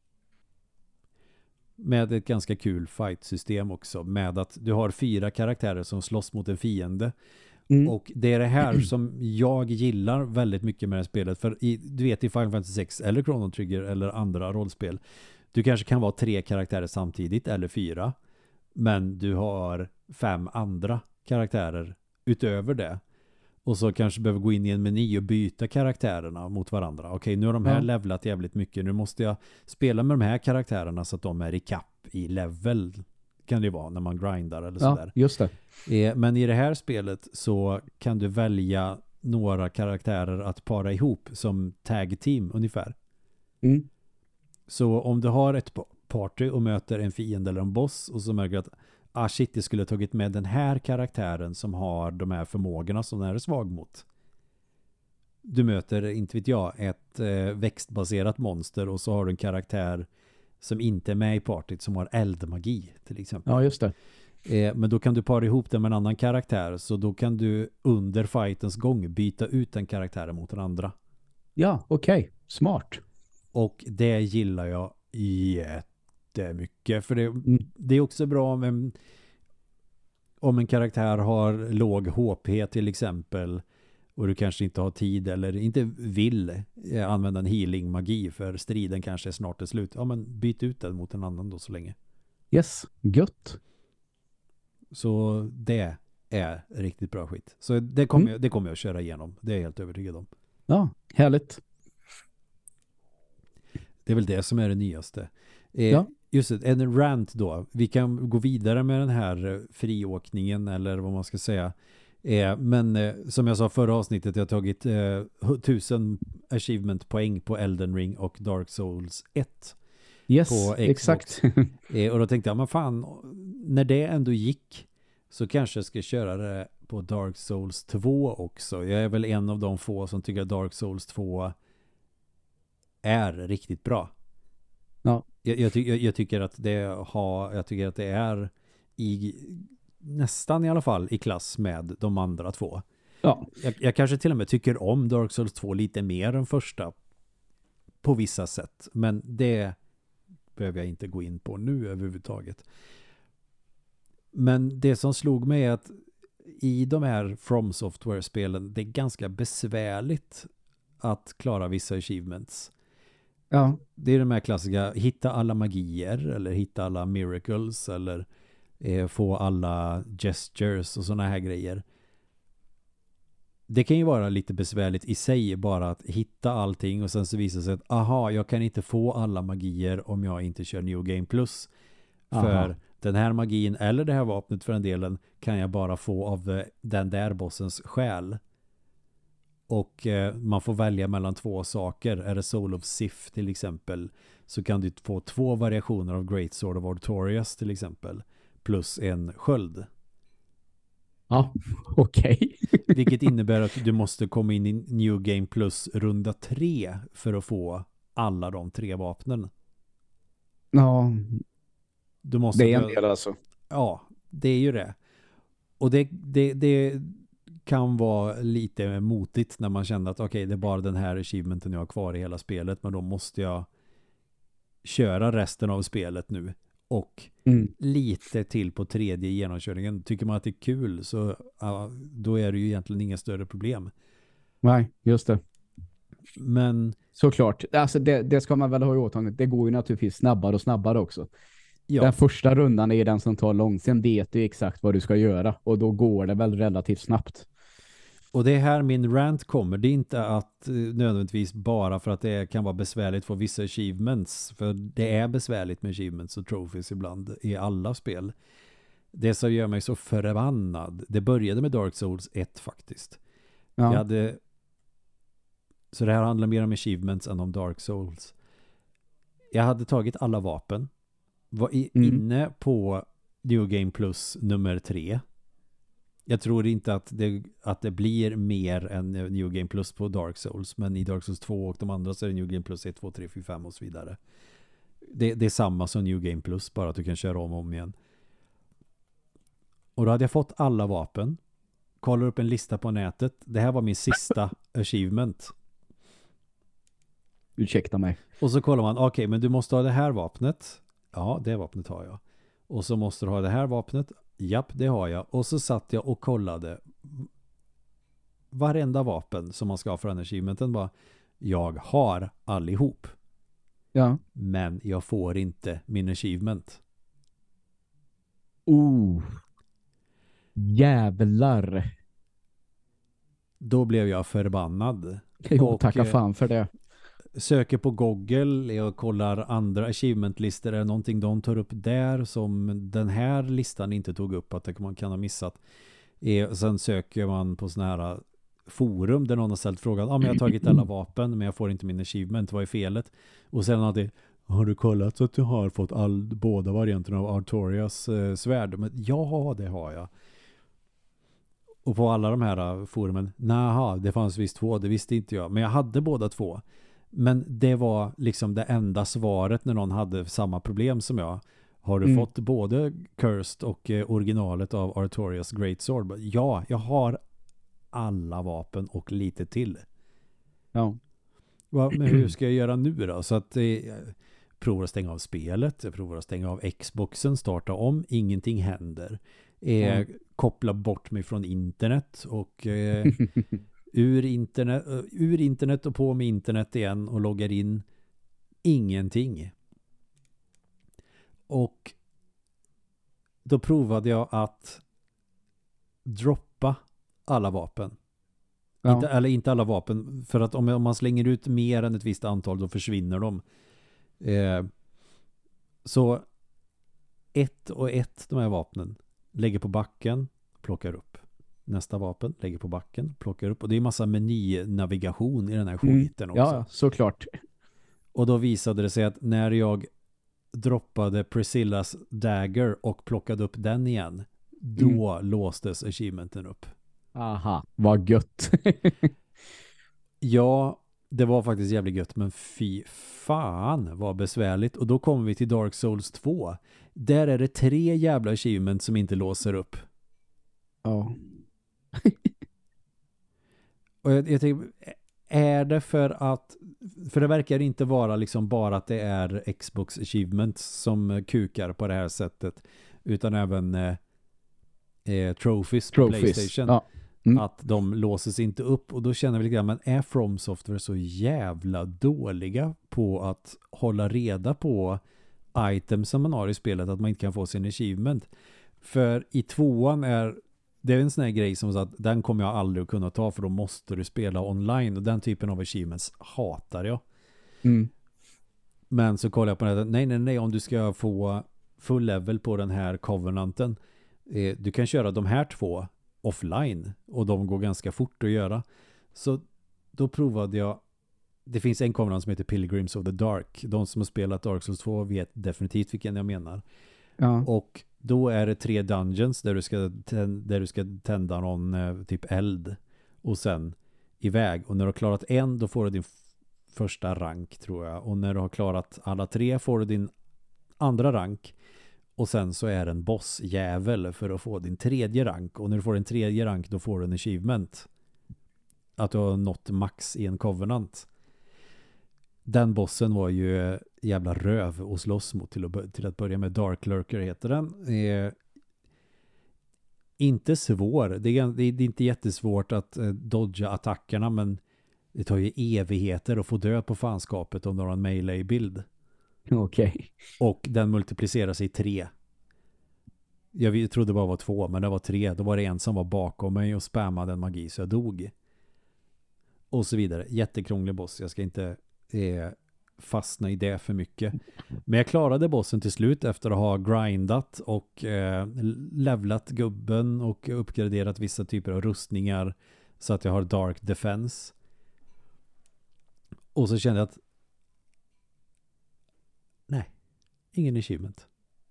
Med ett ganska kul fight-system också. Med att du har fyra karaktärer som slåss mot en fiende. Mm. Och det är det här som jag gillar väldigt mycket med det här spelet. För i, du vet i Final Fantasy sex eller Chrono Trigger eller andra rollspel. Du kanske kan vara tre karaktärer samtidigt eller fyra. Men du har fem andra karaktärer utöver det. Och så kanske behöver gå in i en meny och byta karaktärerna mot varandra. Okej, nu har de här Ja. levlat jävligt mycket. Nu måste jag spela med de här karaktärerna så att de är i kapp i level. Kan det ju vara när man grindar eller Ja, sådär. just det. Eh, men i det här spelet så kan du välja några karaktärer att para ihop som tag team ungefär. Mm. Så om du har ett pa- party och möter en fiende eller en boss och så märker du att ah shit, det skulle ha tagit med den här karaktären som har de här förmågorna som den är svag mot. Du möter, inte vet jag, ett eh, växtbaserat monster och så har du en karaktär som inte är med i partyt som har eldmagi till exempel. Ja, just det. Eh, men då kan du para ihop den med en annan karaktär så då kan du under fightens gång byta ut den karaktären mot den andra. Ja, okej. Smart. Och det gillar jag jättemycket. För det, Mm. det är också bra om en, om en karaktär har låg H P till exempel och du kanske inte har tid eller inte vill eh, använda en healing-magi för striden kanske är snart är slut. Ja, men byt ut den mot en annan då så länge. Yes, gött. Så det är riktigt bra skit. Så det kommer, Mm. jag, det kommer jag att köra igenom. Det är jag helt övertygad om. Ja, härligt. Det är väl det som är det nyaste. Eh, Ja. Just det, en rant då. Vi kan gå vidare med den här eh, friåkningen eller vad man ska säga. Eh, men eh, som jag sa förra avsnittet, jag har tagit eh, tusen achievement poäng på Elden Ring och Dark Souls ett. Yes, På Xbox. exakt. Eh, och då tänkte jag, men fan, när det ändå gick så kanske jag ska köra det på Dark Souls två också. Jag är väl en av de få som tycker att Dark Souls två är riktigt bra. Ja. Jag, jag, ty- jag, jag tycker att det har, jag tycker att det är i nästan i alla fall i klass med de andra två. Ja. Jag, jag kanske till och med tycker om Dark Souls två lite mer än första på vissa sätt. Men det behöver jag inte gå in på nu överhuvudtaget. Men det som slog mig är att i de här From Software-spelen det är ganska besvärligt att klara vissa achievements. Ja. Det är de här klassiska, hitta alla magier eller hitta alla miracles eller eh, få alla gestures och såna här grejer. Det kan ju vara lite besvärligt i sig bara att hitta allting och sen så visar det sig att aha, jag kan inte få alla magier om jag inte kör New Game Plus. För Aha. den här magin eller det här vapnet för en delen kan jag bara få av den där bossens själ. Och eh, man får välja mellan två saker. Är det Soul of Sif till exempel så kan du få två variationer av Great Sword of Artorias till exempel plus en sköld. Ja, okej. Okay. Vilket innebär att du måste komma in i New Game Plus runda tre för att få alla de tre vapnen. Ja, Du måste det är en dö- del alltså. Ja, det är ju det. Och det, det, det kan vara lite motigt när man känner att okej, okay, det är bara den här achievementen jag har kvar i hela spelet, men då måste jag köra resten av spelet nu. Och Mm. lite till på tredje genomkörningen. Tycker man att det är kul så ja, då är det ju egentligen inga större problem. Nej, just det. Men såklart. Alltså det, det ska man väl ha i åtanke. Det går ju naturligtvis snabbare och snabbare också. ja, Den första rundan är den som tar långt. Sen vet du exakt vad du ska göra. Och då går det väl relativt snabbt. och det är här min rant kommer. Det är inte att eh, nödvändigtvis bara för att det kan vara besvärligt för vissa achievements. För det är besvärligt med achievements och trophies ibland i alla spel. Det som gör mig så förbannad. Det började med Dark Souls ett faktiskt. Ja. Jag hade... Så det här handlar mer om achievements än om Dark Souls. Jag hade tagit alla vapen. Var i, Mm. inne på New Game Plus nummer tre. Jag tror inte att det, att det blir mer än New Game Plus på Dark Souls. Men i Dark Souls två och de andra så är det New Game Plus ett, två, tre, fyra, fem och så vidare. Det, det är samma som New Game Plus, bara att du kan köra om och om igen. Och då hade jag fått alla vapen. Kollar upp en lista på nätet. Det här var min sista achievement. Ursäkta mig. Och så kollar man, okej, okay, men du måste ha det här vapnet. Ja, det vapnet har jag. Och så måste du ha det här vapnet. Japp, det har jag. Och så satt jag och kollade varenda vapen som man ska ha för den achievementen. Bara, jag har allihop. Ja. Men jag får inte min achievement. Oh. Jävlar. Då blev jag förbannad. Jo, och, tacka fan för det. Söker på Google och kollar andra achievement-listor. Är det någonting de tar upp där som den här listan inte tog upp att man kan ha missat? E, sen söker man på såna här forum där någon har ställt frågan ja, ah, men jag har tagit alla vapen men jag får inte min achievement. Vad är felet? Och sen har det har du kollat så att du har fått all, båda varianterna av Artorias eh, svärd? Men ja, det har jag. Och på alla de här forumen, naha, det fanns visst två, det visste inte jag. Men jag hade båda två. Men det var liksom det enda svaret när någon hade samma problem som jag. Har du mm. fått både Cursed och eh, originalet av Artorias Great Sword? Ja, jag har alla vapen och lite till. Ja. Va, men hur ska jag göra nu då? Så att eh, jag provar att stänga av spelet, jag provar att stänga av Xboxen, starta om, ingenting händer. Eh, mm. Koppla bort mig från internet och eh, ur, internet, uh, ur internet och på med internet igen och loggar in. Ingenting. Och då provade jag att droppa alla vapen. Ja. Inte, eller inte alla vapen. För att om, om man slänger ut mer än ett visst antal då försvinner de. Eh, så ett och ett de här vapnen lägger på backen, plockar upp. Nästa vapen, lägger på backen, plockar upp. Och det är massa menynavigation i den här skiten mm. också. Ja, såklart. Och då visade det sig att när jag droppade Priscillas dagger och plockade upp den igen, då mm. låstes achievementen upp. Aha, vad gött. Ja, det var faktiskt jävligt gött, men fy fan vad besvärligt. Och då kommer vi till Dark Souls två. Där är det tre jävla achievements som inte låser upp. Ja. Och jag, jag tänker, är det för att, för det verkar inte vara liksom bara att det är Xbox achievements som kukar på det här sättet, utan även eh, eh, trophies på trophies. PlayStation. Ja. Mm. Att de låses inte upp. Och då känner vi lite grann, men är From Software så jävla dåliga på att hålla reda på items som man har i spelet, att man inte kan få sin achievement? För i tvåan är det är en sån här grej som så att den kommer jag aldrig att kunna ta, för då måste du spela online, och den typen av achievements hatar jag. Mm. Men så kollar jag på det, nej nej nej, om du ska få full level på den här Covenanten, eh, du kan köra de här två offline och de går ganska fort att göra. Så då provade jag, det finns en Covenant som heter Pilgrims of the Dark. De som har spelat Dark Souls två vet definitivt vilken jag menar. Ja. Och Då är det tre dungeons där du ska, där du ska tända någon eh, typ eld och sen iväg. Och när du har klarat en, då får du din f- första rank, tror jag. Och när du har klarat alla tre får du din andra rank. Och sen så är det en bossjävel för att få din tredje rank. Och när du får en tredje rank, då får du en achievement. Att du har nått max i en covenant. Den bossen var ju jävla röv och slåss mot till att, till att börja med. Dark Lurker heter den. Eh, inte svår. Det är, det är inte jättesvårt att eh, dodga attackerna, men det tar ju evigheter att få död på fanskapet om du har en melee-bild. Okej. Okay. Och den multiplicerar sig i tre. Jag trodde det bara var två, men det var tre. Då var det en som var bakom mig och spammade en magi så jag dog. Och så vidare. Jättekrånglig boss. Jag ska inte eh, fastna i det för mycket. Men jag klarade bossen till slut efter att ha grindat och eh, levlat gubben och uppgraderat vissa typer av rustningar så att jag har dark defense. Och så kände jag att nej, ingen achievement.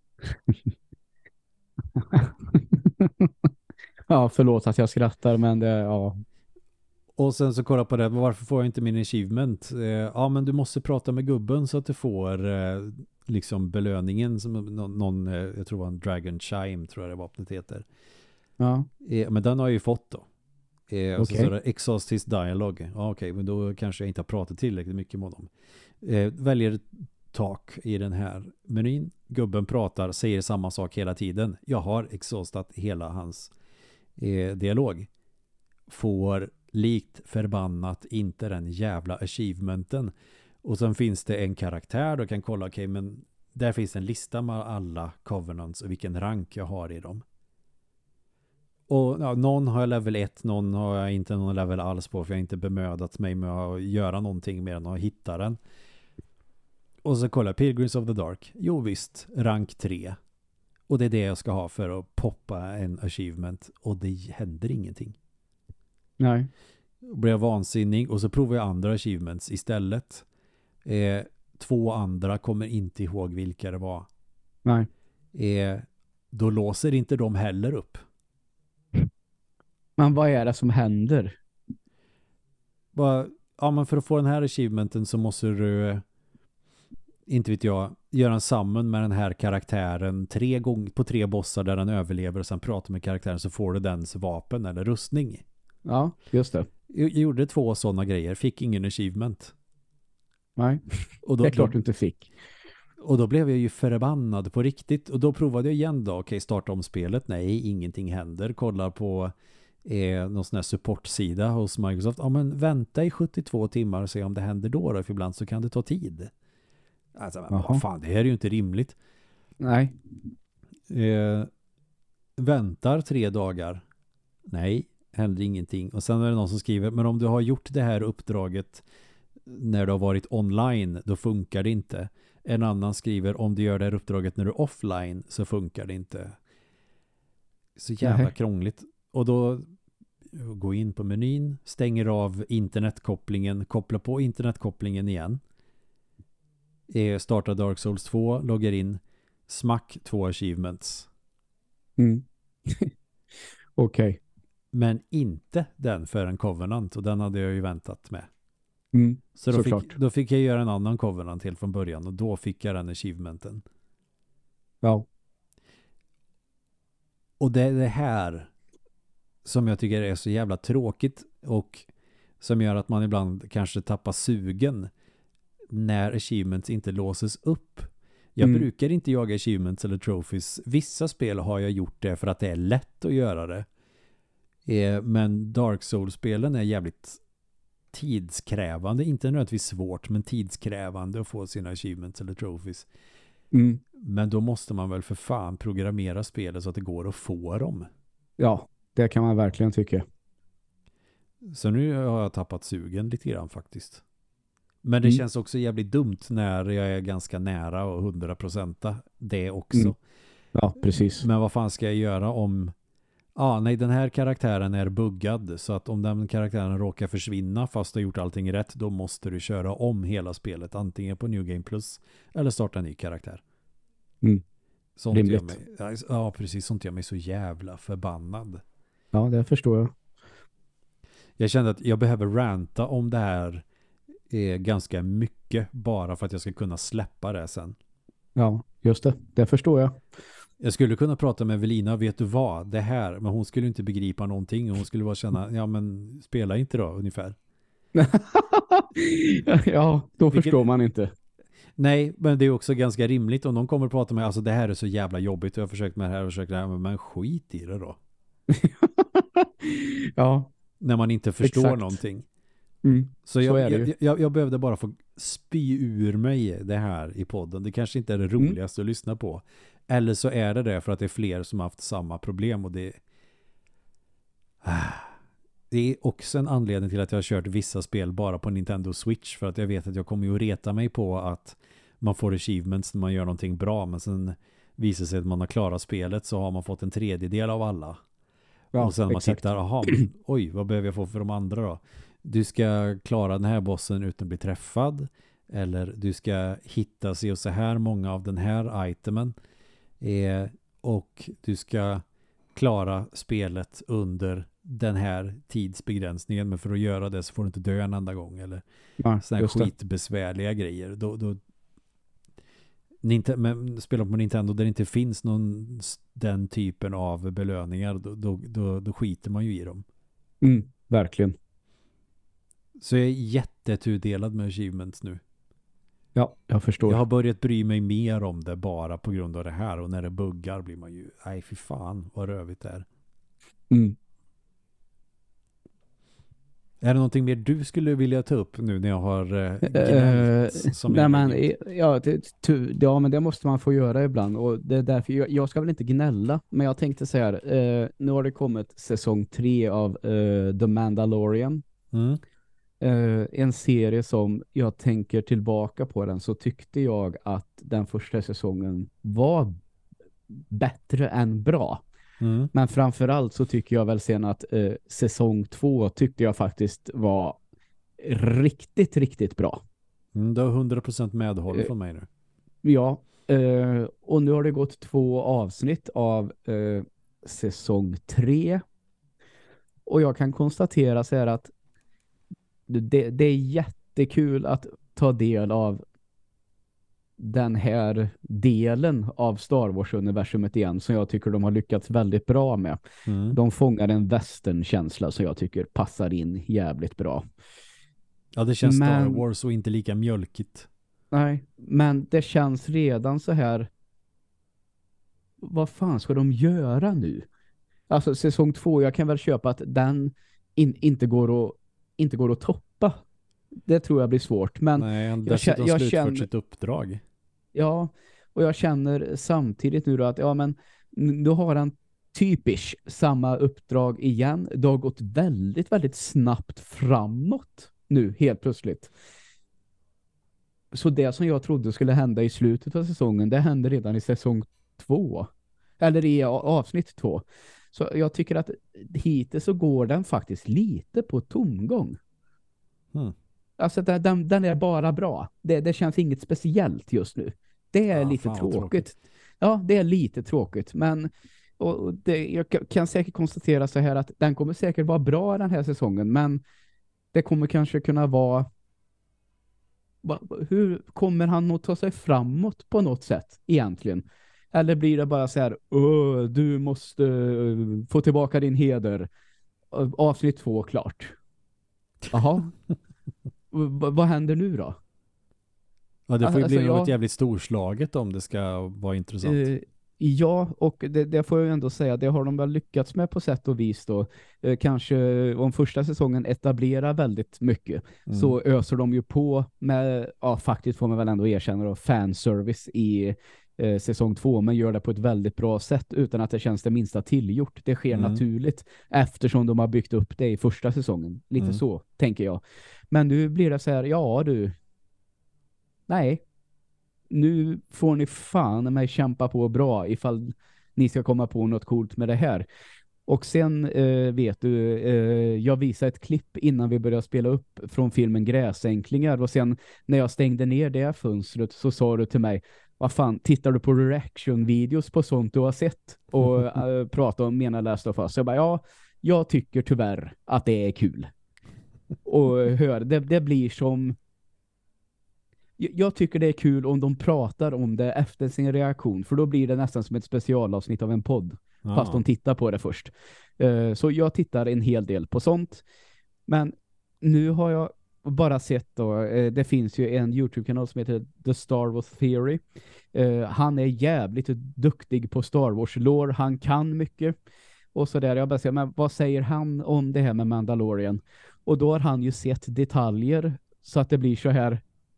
Ja, förlåt att jag skrattar, men det, ja. Och sen så kolla på det, varför får jag inte min achievement? Eh, ja, men du måste prata med gubben så att du får eh, liksom belöningen som någon, någon eh, jag tror det var en Dragon Chime, tror jag det vapnet heter. Ja. Eh, men den har jag ju fått då. Eh, och okay. så står det Exhaust his dialogue. Ja, okej, okay, men då kanske jag inte har pratat tillräckligt mycket med honom. Eh, väljer tak i den här menyn. Gubben pratar, säger samma sak hela tiden. Jag har exhaustat hela hans eh, dialog. Får likt förbannat inte den jävla achievementen. Och sen finns det en karaktär, då kan kolla, okej, okay, men där finns en lista med alla covenants och vilken rank jag har i dem. Och ja, någon har jag level ett, någon har jag inte någon level alls på, för jag har inte bemödat mig med att göra någonting mer än att hitta den. Och så kollar Pilgrims of the Dark. Jo visst, rank tre. Och det är det jag ska ha för att poppa en achievement. Och det händer ingenting. Nej. Då blir jag vansinnig och så provar jag andra achievements istället. Eh, två andra kommer inte ihåg vilka det var. Nej. Eh, då låser inte de heller upp. Men vad är det som händer? Bara, ja, men för att få den här achievementen så måste du, inte vet jag, göra en summon med den här karaktären tre gånger på tre bossar där den överlever och sen prata med karaktären så får du dens vapen eller rustning. Ja, just det. Jag gjorde två sådana grejer, fick ingen achievement. Nej, och då, det är klart då, du inte fick. Och då blev jag ju förbannad på riktigt. Och då provade jag igen då, okej, starta om spelet. Nej, ingenting händer. Kollar på eh, någon sån här supportsida hos Microsoft. Ja, men vänta i sjuttiotvå timmar och se om det händer då. då för ibland så kan det ta tid. Alltså, men, vad fan, det här är ju inte rimligt. Nej. Eh, väntar tre dagar. Nej, händer ingenting. Och sen är det någon som skriver, men om du har gjort det här uppdraget när du har varit online, då funkar det inte. En annan skriver, om du gör det här uppdraget när du är offline så funkar det inte. Så jävla Nej. krångligt. Och då gå in på menyn, stänger av internetkopplingen, koppla på internetkopplingen igen. Startar Dark Souls två, loggar in, smack två achievements. Mm. Okej. Okay. Men inte den för en Covenant, och den hade jag ju väntat med. Mm, så då fick, då fick jag göra en annan Covenant till från början och då fick jag den achievementen. Ja. Och det är det här som jag tycker är så jävla tråkigt och som gör att man ibland kanske tappar sugen när achievements inte låses upp. Jag mm. brukar inte jaga achievements eller trophies. Vissa spel har jag gjort det för att det är lätt att göra det. Men Dark Souls-spelen är jävligt tidskrävande, inte nödvändigtvis svårt, men tidskrävande att få sina achievements eller trophies. Mm. Men då måste man väl för fan programmera spelet så att det går att få dem. Ja, det kan man verkligen tycka. Så nu har jag tappat sugen lite grann faktiskt. Men det mm. känns också jävligt dumt när jag är ganska nära och hundra procent det också. Mm. Ja, precis. Men vad fan ska jag göra om ah, nej, den här karaktären är buggad, så att om den karaktären råkar försvinna fast du har gjort allting rätt, då måste du köra om hela spelet, antingen på New Game Plus eller starta en ny karaktär. Mm. Sånt gör rimligt. mig, ja, precis, sånt gör mig så jävla förbannad. Ja, det förstår jag. Jag kände att jag behöver ranta om det här är ganska mycket bara för att jag ska kunna släppa det sen. Ja, just det. Det förstår jag. Jag skulle kunna prata med Evelina, vet du vad, det här, men hon skulle inte begripa någonting. Hon skulle bara känna, ja men spela inte då, ungefär. Ja, då Vilket, förstår man inte. Nej, men det är också ganska rimligt om någon kommer att prata med, alltså det här är så jävla jobbigt och jag har försökt med det här och försökt det här, men skit i det då. Ja. När man inte förstår exakt. någonting. Mm, så jag, så är det ju. jag, jag, jag behövde bara få spy ur mig det här i podden. Det kanske inte är det roligaste mm. att lyssna på. Eller så är det det för att det är fler som har haft samma problem och det det är också en anledning till att jag har kört vissa spel bara på Nintendo Switch, för att jag vet att jag kommer ju reta mig på att man får achievements när man gör någonting bra, men sen visar sig att man har klarat spelet så har man fått en tredjedel av alla. Ja, och sen när man tittar, aha, oj, vad behöver jag få för de andra då? Du ska klara den här bossen utan att bli träffad, eller du ska hitta sig och så här många av den här itemen, eh, och du ska klara spelet under den här tidsbegränsningen, men för att göra det så får du inte dö en enda gång, eller ja, såna här skitbesvärliga grejer. Då, då Nintendo, men spelar på Nintendo där det inte finns någon den typen av belöningar, då, då, då, då skiter man ju i dem. Mm, verkligen. Så jag är jättetudelad med achievements nu. Ja, jag förstår. Jag har börjat bry mig mer om det bara på grund av det här, och när det buggar blir man ju, nej fy fan vad rövigt det är. Mm. Är det någonting mer du skulle vilja ta upp nu när jag har uh, gnällt, uh, som nej, jag men, ja, det, ja, men det måste man få göra ibland, och det är därför jag, jag ska väl inte gnälla, men jag tänkte så här, uh, nu har det kommit säsong tre av uh, The Mandalorian. Mm. Uh, en serie som jag tänker tillbaka på den, så tyckte jag att den första säsongen var bättre än bra. Mm. Men framförallt så tycker jag väl sen att uh, säsong två tyckte jag faktiskt var riktigt, riktigt bra. Mm, det har hundra procent medhåll uh, från mig nu. Ja, uh, och nu har det gått två avsnitt av uh, säsong tre. Och jag kan konstatera så här att Det, det är jättekul att ta del av den här delen av Star Wars-universumet igen, som jag tycker de har lyckats väldigt bra med. Mm. De fångar en western-känsla som jag tycker passar in jävligt bra. Ja, det känns men, Star Wars och inte lika mjölkigt. Nej, men det känns redan så här, vad fan ska de göra nu? Alltså säsong två, jag kan väl köpa att den in, inte går att inte går att toppa. Det tror jag blir svårt. Men nej, han jag, dessutom jag slutfört känner sitt uppdrag. Ja, och jag känner samtidigt nu då att ja, men nu har han typiskt samma uppdrag igen. Det har gått väldigt, väldigt snabbt framåt nu helt plötsligt. Så det som jag trodde skulle hända i slutet av säsongen, det hände redan i säsong två. Eller i avsnitt två. Så jag tycker att hittills så går den faktiskt lite på tomgång. Hmm. Alltså den, den är bara bra. Det, det känns inget speciellt just nu. Det är ja, lite tråkigt. tråkigt. Ja, det är lite tråkigt. Men och det, jag kan säkert konstatera så här att den kommer säkert vara bra den här säsongen. Men det kommer kanske kunna vara... Hur kommer han att ta sig framåt på något sätt egentligen? Eller blir det bara så här, du måste få tillbaka din heder. Avsnitt två klart. Jaha. V- vad händer nu då? Ja, det får ju alltså, bli jag, något jävligt storslaget om det ska vara intressant. Eh, ja, och det, det får jag ändå säga, det har de väl lyckats med på sätt och vis då. Eh, kanske om första säsongen etablerar väldigt mycket, mm. så öser de ju på med, ja faktiskt får man väl ändå erkänna då, fanservice i eh, säsong två, men gör det på ett väldigt bra sätt utan att det känns det minsta tillgjort. Det sker mm. naturligt eftersom de har byggt upp det i första säsongen. Lite mm. så, tänker jag. Men nu blir det så här, ja du, nej, nu får ni fan mig kämpa på bra ifall ni ska komma på något coolt med det här. Och sen eh, vet du, eh, jag visade ett klipp innan vi började spela upp från filmen Gräsänklingar, och sen när jag stängde ner det fönstret så sa du till mig, vad fan, tittar du på reaction-videos på sånt du har sett och äh, pratar om Mena Last of Us? Så jag bara, ja, jag tycker tyvärr att det är kul. Och hör, det, det blir som... Jag tycker det är kul om de pratar om det efter sin reaktion, för då blir det nästan som ett specialavsnitt av en podd. Ja. Fast de tittar på det först. Uh, så jag tittar en hel del på sånt. Men nu har jag bara sett då, uh, det finns ju en YouTube-kanal som heter The Star Wars Theory. Uh, han är jävligt duktig på Star Wars-lore. Han kan mycket. Och så där, jag bara säger, men vad säger han om det här med Mandalorian? Och då har han ju sett detaljer så att det blir så här.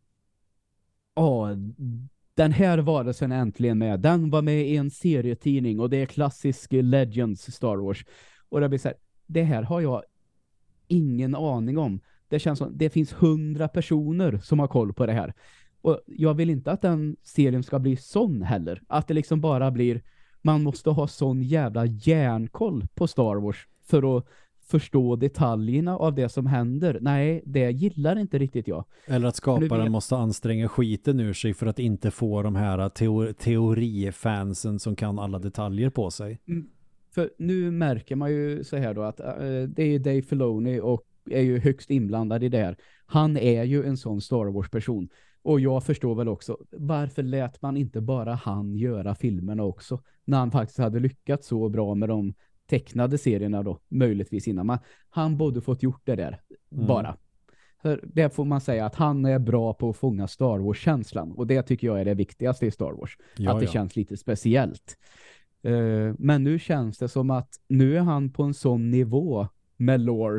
Ja, den här varelsen är äntligen med. Den var med i en serietidning och det är klassisk Legends Star Wars. Och det blir så här, det här har jag ingen aning om. Det känns som det finns hundra personer som har koll på det här. Och jag vill inte att den serien ska bli sån heller. Att det liksom bara blir, man måste ha sån jävla järnkoll på Star Wars för att förstå detaljerna av det som händer. Nej, det gillar inte riktigt jag. Eller att skaparen vet... måste anstränga skiten ur sig för att inte få de här teo- teorifansen som kan alla detaljer på sig. Mm. För nu märker man ju så här då att äh, det är Dave Filoni och är ju högst inblandad i det här. Han är ju en sån Star Wars-person. Och jag förstår väl också, varför lät man inte bara han göra filmerna också? När han faktiskt hade lyckats så bra med de tecknade serierna då, möjligtvis innan. Men han borde fått gjort det där, mm. bara. För det får man säga att han är bra på att fånga Star Wars-känslan. Och det tycker jag är det viktigaste i Star Wars. Ja, att det ja. känns lite speciellt. Uh, men nu känns det som att nu är han på en sån nivå med lore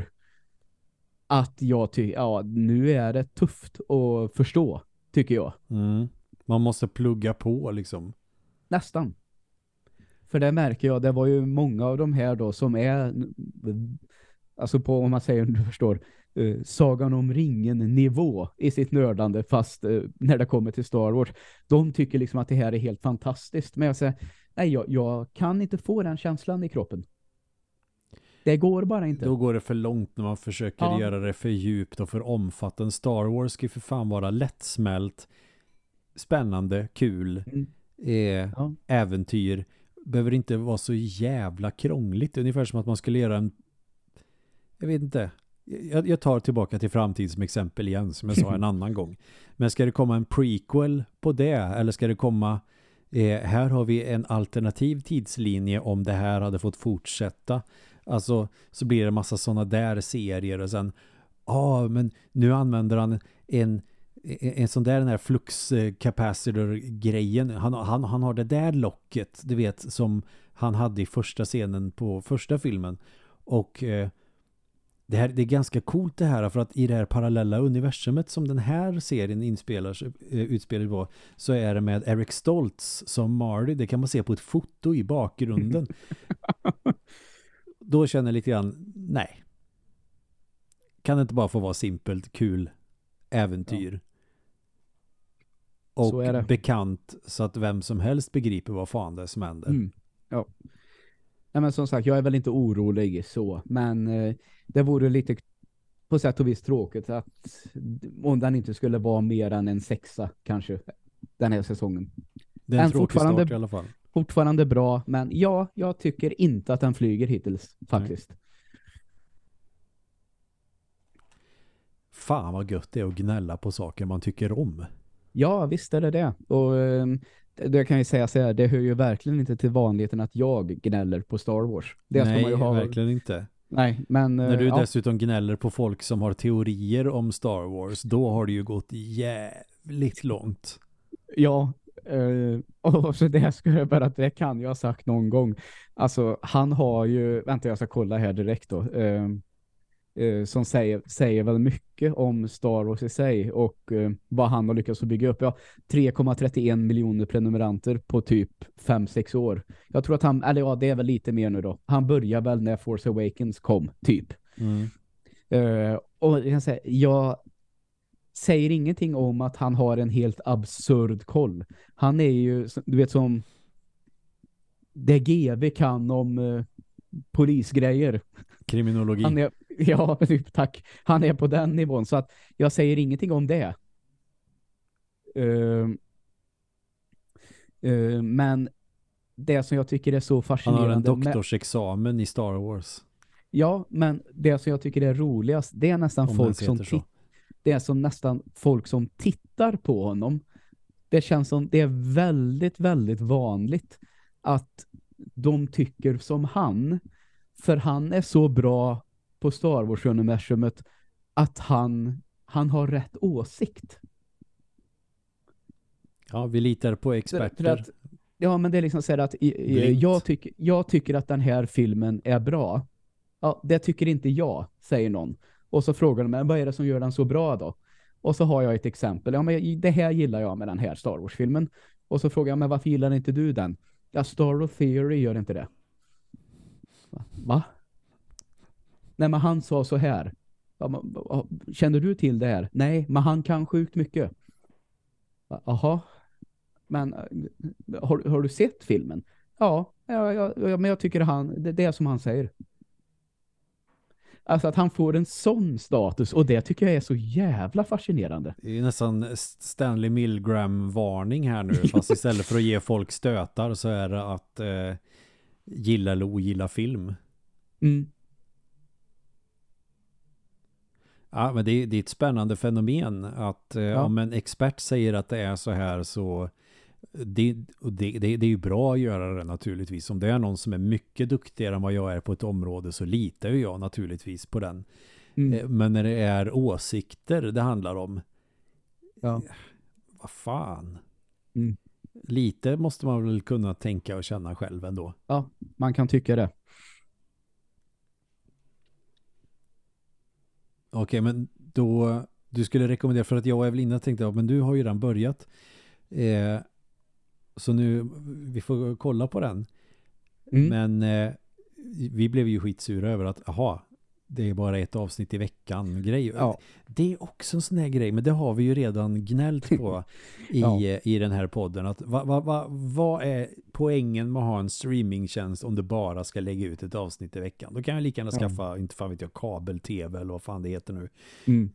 att jag tycker, ja, nu är det tufft att förstå, tycker jag. Mm. Man måste plugga på liksom. Nästan. För det märker jag, det var ju många av de här då som är, alltså på, om man säger, du förstår, uh, Sagan om ringen nivå i sitt nördande, fast uh, när det kommer till Star Wars, de tycker liksom att det här är helt fantastiskt. Men jag säger, nej, jag, jag kan inte få den känslan i kroppen. Det går bara inte. Då går det för långt när man försöker ja. göra det för djupt och för omfattande. Star Wars ska ju för fan vara lättsmält, spännande, kul, mm. eh, ja. äventyr. Behöver inte vara så jävla krångligt. Ungefär som att man skulle göra en, jag vet inte, jag, jag tar tillbaka till framtid som exempel igen, som jag sa en annan gång. Men ska det komma en prequel på det? Eller ska det komma, eh, här har vi en alternativ tidslinje om det här hade fått fortsätta. Alltså, så blir det en massa sådana där serier och sen, ja, ah, men nu använder han en en sån där, den här flux capacitor-grejen. Han, han, han har det där locket, du vet, som han hade i första scenen på första filmen. Och eh, det, här, det är ganska coolt det här, för att i det här parallella universumet som den här serien inspelar, eh, utspelar på, så är det med Eric Stoltz som Marty. Det kan man se på ett foto i bakgrunden. Då känner jag lite grann, nej. Kan det inte bara få vara simpelt, kul äventyr? Ja. Och så bekant så att vem som helst begriper vad fan det är som händer. Mm. Ja. Nej, men som sagt, jag är väl inte orolig så. Men eh, det vore lite på sätt och vis tråkigt att om den inte skulle vara mer än en sexa kanske den här säsongen. Det är en tråkig start i alla fall. Fortfarande bra, men ja, jag tycker inte att den flyger hittills faktiskt. Nej. Fan vad gött det är att gnälla på saker man tycker om. Ja, visst är det det. Och det kan jag säga så här, det hör ju verkligen inte till vanligheten att jag gnäller på Star Wars. Det Nej, ska man ju ha... verkligen inte. Nej, men... När du ja. dessutom gnäller på folk som har teorier om Star Wars, då har det ju gått jävligt långt. Ja, uh, och så det ska jag bara, det kan jag ha sagt någon gång. Alltså, han har ju... Vänta, jag ska kolla här direkt då. Uh, som säger, säger väl mycket om Star Wars i sig och uh, vad han har lyckats bygga upp. Ja, tre komma trettioen miljoner prenumeranter på typ fem sex år. Jag tror att han, eller ja, det är väl lite mer nu då. Han börjar väl när Force Awakens kom, typ. Mm. Uh, och jag kan säga, jag säger ingenting om att han har en helt absurd koll. Han är ju, du vet, som det G V kan om uh, polisgrejer. Kriminologi. Han är, ja, typ, tack. Han är på den nivån, så att jag säger ingenting om det. Uh, Uh, men det som jag tycker är så fascinerande... Han har en doktorsexamen med... i Star Wars. Ja, men det som jag tycker är roligast, det är nästan folk som tittar. Det är som nästan folk som tittar på honom. Det känns som det är väldigt, väldigt vanligt att de tycker som han. För han är så bra på Star Wars-universumet att han, han har rätt åsikt. Ja, vi litar på experter. För, för att, ja, men det är liksom så här att jag, tyck, jag tycker att den här filmen är bra. Ja, det tycker inte jag, säger någon. Och så frågar de mig, vad är det som gör den så bra då? Och så har jag ett exempel. Ja, men det här gillar jag med den här Star Wars-filmen. Och så frågar jag, men varför gillar inte du den? Ja, Star Wars Theory gör inte det. Va? Nej, men han sa så här. Ja, men, känner du till det här? Nej, men han kan sjukt mycket. Jaha. Men har, har du sett filmen? Ja, ja, ja, ja, men jag tycker han, det, det är som han säger. Alltså att han får en sån status, och det tycker jag är så jävla fascinerande. Det är nästan Stanley Milgram-varning här nu. Fast istället för att ge folk stötar så är det att eh, gilla eller ogilla film. Mm. Ja, men det är, det är ett spännande fenomen att eh, ja. om en expert säger att det är så här, så det, det, det, det är ju bra att göra det naturligtvis. Om det är någon som är mycket duktigare än vad jag är på ett område, så litar ju jag naturligtvis på den. Mm. Men när det är åsikter det handlar om, ja. vad fan. Mm. Lite måste man väl kunna tänka och känna själv ändå. Ja, man kan tycka det. Okej, okay, men då du skulle rekommendera, för att jag och Evelina tänkte, ja, men du har ju redan börjat. Eh, så nu, vi får kolla på den. Mm. Men eh, vi blev ju skitsura över att, aha, det är bara ett avsnitt i veckan grej. Ja. Det är också en sån här grej, men det har vi ju redan gnällt på i, ja. i den här podden. Att, vad va, va, va är poängen med att ha en streamingtjänst om du bara ska lägga ut ett avsnitt i veckan? Då kan jag lika gärna ja. skaffa, inte fan vet jag, kabel-tv eller vad fan det heter nu. Mm.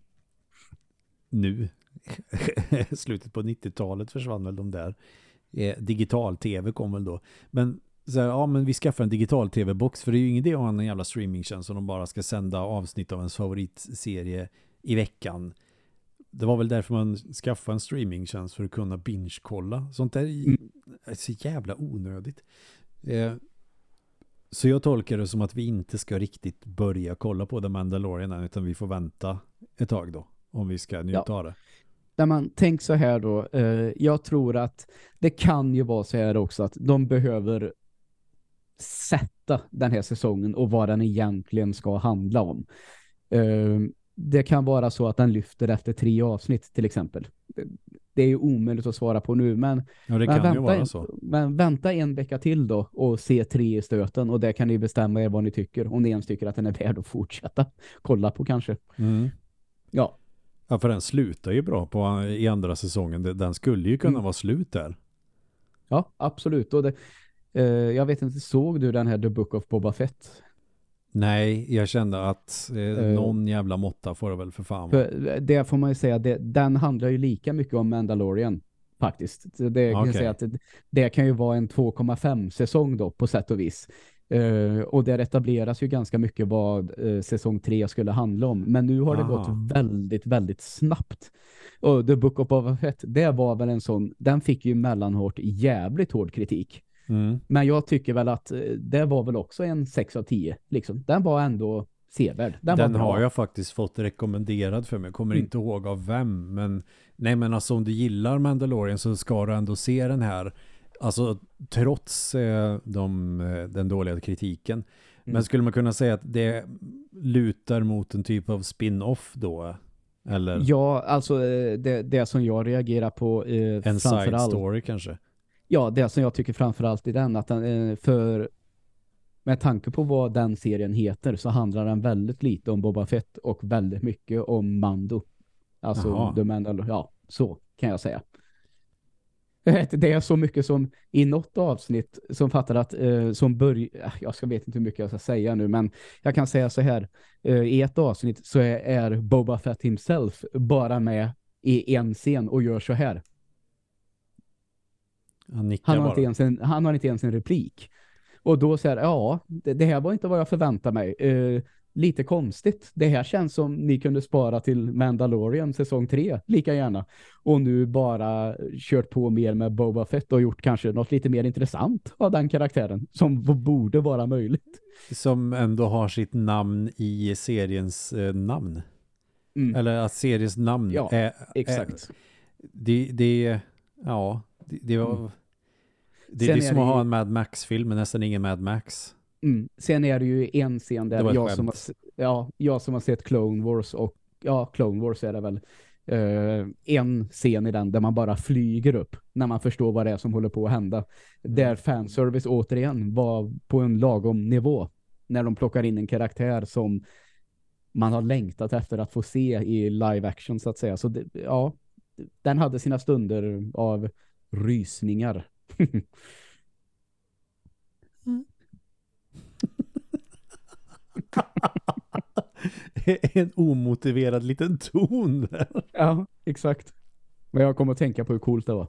Nu. Slutet på nittiotalet försvann väl de där. Eh, digital-tv kom väl då. Men så här, ja, men vi skaffar en digital-tv-box, för det är ju ingen idé att ha en jävla streamingtjänst som de bara ska sända avsnitt av ens favoritserie i veckan. Det var väl därför man skaffade en streamingtjänst, för att kunna binge-kolla. Sånt där är så jävla onödigt. Eh, så jag tolkar det som att vi inte ska riktigt börja kolla på The Mandalorian än, utan vi får vänta ett tag då, om vi ska njuta ja. av det. När man tänker så här då, eh, jag tror att det kan ju vara så här också att de behöver sätta den här säsongen och vad den egentligen ska handla om. Eh, det kan vara så att den lyfter efter tre avsnitt till exempel. Det är ju omöjligt att svara på nu, men, ja, det men, kan vänta, ju vara så. men vänta en vecka till då och se tre i stöten, och där kan ni bestämma er vad ni tycker, om ni ens tycker att den är värd att fortsätta kolla på kanske. Mm. Ja. Ja, för den slutar ju bra på i andra säsongen. Den skulle ju kunna mm. vara slut där. Ja, absolut. Och det, eh, jag vet inte, såg du den här The Book of Boba Fett? Nej, jag kände att eh, uh, någon jävla måtta får det väl för fan. För det får man ju säga, det, den handlar ju lika mycket om Mandalorian faktiskt. Det, kan okay. säga att det, det kan ju vara en två komma fem säsong då på sätt och vis. Uh, och det etableras ju ganska mycket vad uh, säsong tre skulle handla om. Men nu har Aha. det gått väldigt, väldigt snabbt. Och The Book of Boba Fett, det var väl en sån, den fick ju mellanhårt jävligt hård kritik. Mm. Men jag tycker väl att det var väl också en sex av tio. Liksom. Den var ändå sevärd. Den, den var har jag faktiskt fått rekommenderad för mig. Jag kommer mm. inte ihåg av vem. Men, nej, men alltså om du gillar Mandalorian så ska du ändå se den här. Alltså trots eh, de, den dåliga kritiken. Mm. Men skulle man kunna säga att det lutar mot en typ av spin-off då? Eller? Ja, alltså det, det som jag reagerar på eh, en side story kanske? Ja, det som jag tycker framförallt i den, att den, för med tanke på vad den serien heter så handlar den väldigt lite om Boba Fett och väldigt mycket om Mando. Alltså The Mandalorian, ja, så kan jag säga. Det är så mycket som i något avsnitt som fattar att eh, som börjar, jag ska vet inte hur mycket jag ska säga nu, men jag kan säga så här, eh, i ett avsnitt så är, är Boba Fett himself bara med i en scen och gör så här. Han nickar Han har, bara. inte ens en, han har inte ens en replik. Och då säger ja, det, det här var inte vad jag förväntade mig. Uh, lite konstigt. Det här känns som ni kunde spara till Mandalorian säsong tre lika gärna. Och nu bara kört på mer med Boba Fett och gjort kanske något lite mer intressant av den karaktären. Som borde vara möjligt. Som ändå har sitt namn i seriens eh, namn. Mm. Eller att seriens namn Ja, är... exakt. Är, det, det... Ja, det, det var... Mm. Det, Sen det är som är att det ha ju- en Mad Max-film, men nästan ingen Mad Max. Mm. Sen är det ju en scen Det där var ett jag skämt. som, har, se- ja, jag som har sett Clone Wars och ja, Clone Wars är det väl eh, en scen i den där man bara flyger upp när man förstår vad det är som håller på att hända. Där fanservice återigen var på en lagom nivå när de plockar in en karaktär som man har längtat efter att få se i live action så att säga. Så det, ja, den hade sina stunder av rysningar. En omotiverad liten ton där. Ja, exakt. Men jag kommer att tänka på hur coolt det var.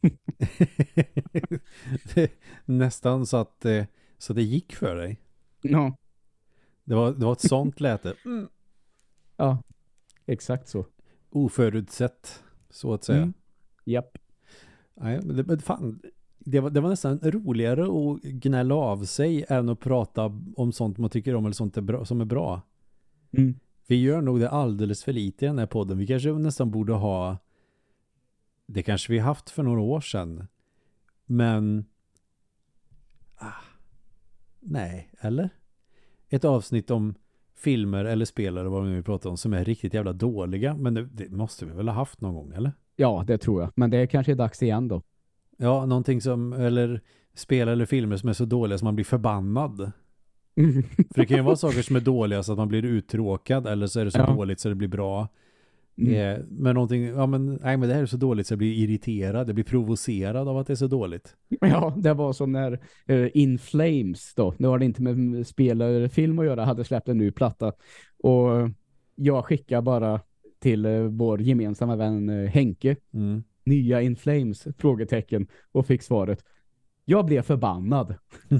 Nästan så att, eh, så det gick för dig. Ja, Det var, det var ett sånt läte. Mm. ja, exakt så. Oförutsett, så att säga. Mm. Japp. Nej, men det, men fan, det, var, det var nästan roligare att gnälla av sig än att prata om sånt man tycker om eller sånt är bra, som är bra. Mm. Vi gör nog det alldeles för lite i den här podden. Vi kanske nästan borde ha, det kanske vi haft för några år sedan. Men ah, nej, eller? Ett avsnitt om filmer eller spelare, vad vi pratar om, som är riktigt jävla dåliga. Men det, det måste vi väl ha haft någon gång, eller? Ja, det tror jag. Men det är kanske dags igen då. Ja, någonting som, eller spel eller filmer som är så dåliga som man blir förbannad. För det kan ju vara saker som är dåliga så att man blir uttråkad, eller så är det så Ja. dåligt så det blir bra. Mm. Eh, men någonting, ja men, nej men det här är så dåligt så jag blir irriterad, jag blir provocerad av att det är så dåligt. Ja, det var som när uh, In Flames då, nu har det inte med spel eller film att göra, hade släppt en ny platta. Och jag skickade bara till uh, vår gemensamma vän uh, Henke, Mm. nya In Flames, frågetecken, och fick svaret. Jag blev förbannad.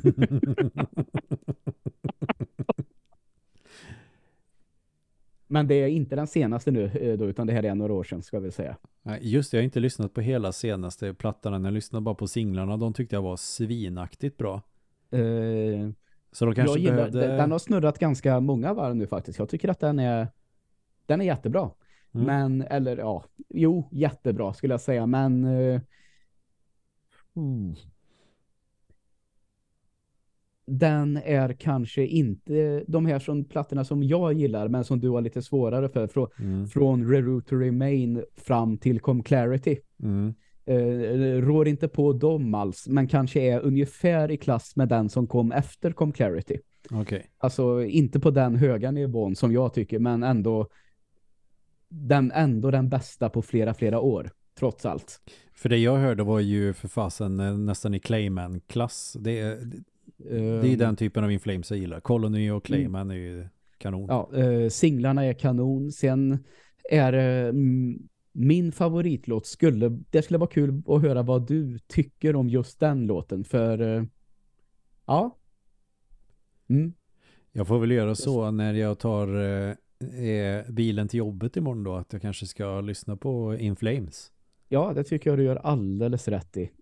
Men det är inte den senaste nu uh, då, utan det här är några år sedan ska vi säga. Nej, just det, jag har inte lyssnat på hela senaste plattan, jag lyssnade bara på singlarna, de tyckte jag var svinaktigt bra. Uh, Så de kanske jag gillar, behövde... den har snurrat ganska många varv nu faktiskt. Jag tycker att den är den är jättebra. Mm. Men, eller ja, jo, jättebra skulle jag säga. Men uh, uh, den är kanske inte de här från plattorna som jag gillar, men som du har lite svårare för. Frå, Mm. Från Reroute to Remain fram till Com Clarity. Mm. Uh, rår inte på dem alls, men kanske är ungefär i klass med den som kom efter Com Clarity. Okej. Alltså inte på den höga nivån som jag tycker, men ändå den, ändå den bästa på flera, flera år, trots allt. För det jag hörde var ju för fasen eh, nästan i Clayman-klass. Det är, det, det är Um, den typen av In Flames jag gillar. Colony och Clayman är ju kanon. Ja, uh, singlarna är kanon. Sen är uh, mm, min favoritlåt skulle, det skulle vara kul att höra vad du tycker om just den låten. För uh, ja. Mm. Jag får väl göra så när jag tar eh, bilen till jobbet imorgon då, att jag kanske ska lyssna på In Flames. Ja, det tycker jag du gör alldeles rätt i.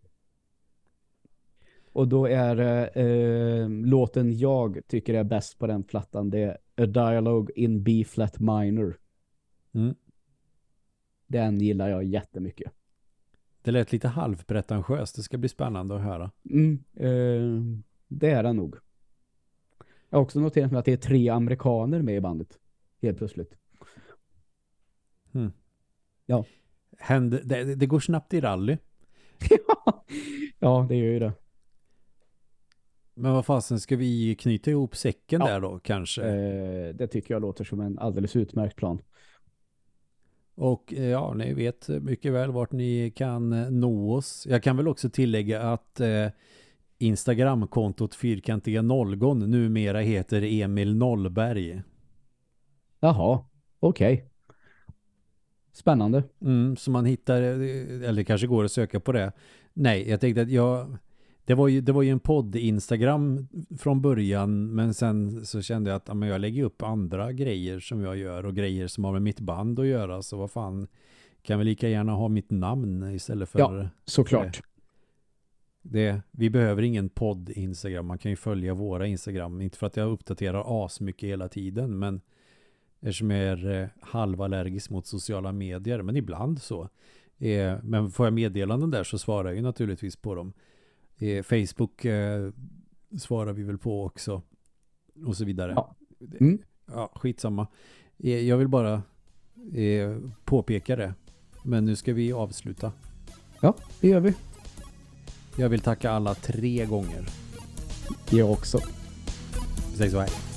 Och då är eh, låten jag tycker är bäst på den plattan, det är A Dialogue in B-flat minor. Mm. Den gillar jag jättemycket. Det lät lite halvpretentiöst. Det ska bli spännande att höra. Mm, eh, det är den nog. Jag har också noterat att det är tre amerikaner med i bandet. Helt plötsligt. Mm. Ja. Hände, det, det går snabbt i rally. Ja, det gör ju det. Men vad fasen, ska vi knyta ihop säcken Ja. där då kanske? Eh, det tycker jag låter som en alldeles utmärkt plan. Och eh, ja, ni vet mycket väl vart ni kan eh, nå oss. Jag kan väl också tillägga att eh, Instagramkontot Fyrkantiga Nollgon numera heter Emil Nollberg. Jaha, okej. Spännande. Mm, så man hittar, eller kanske går att söka på det. Nej, jag tänkte att jag, det var ju, det var ju en podd Instagram från början, men sen så kände jag att ja, men jag lägger upp andra grejer som jag gör och grejer som har med mitt band att göra, så vad fan, kan vi lika gärna ha mitt namn istället för... Ja, såklart. Det. Det, vi behöver ingen podd Instagram, man kan ju följa våra Instagram, inte för att jag uppdaterar as mycket hela tiden, men eftersom jag är eh, halvallergisk mot sociala medier, men ibland så. Eh, men får jag meddelanden där så svarar jag ju naturligtvis på dem. Eh, Facebook eh, svarar vi väl på också. Och så vidare. Ja, mm. Ja, skitsamma. Eh, jag vill bara eh, påpeka det. Men nu ska vi avsluta. Ja, det gör vi. Jag vill tacka alla tre gånger. Jag också. Vi säger så här.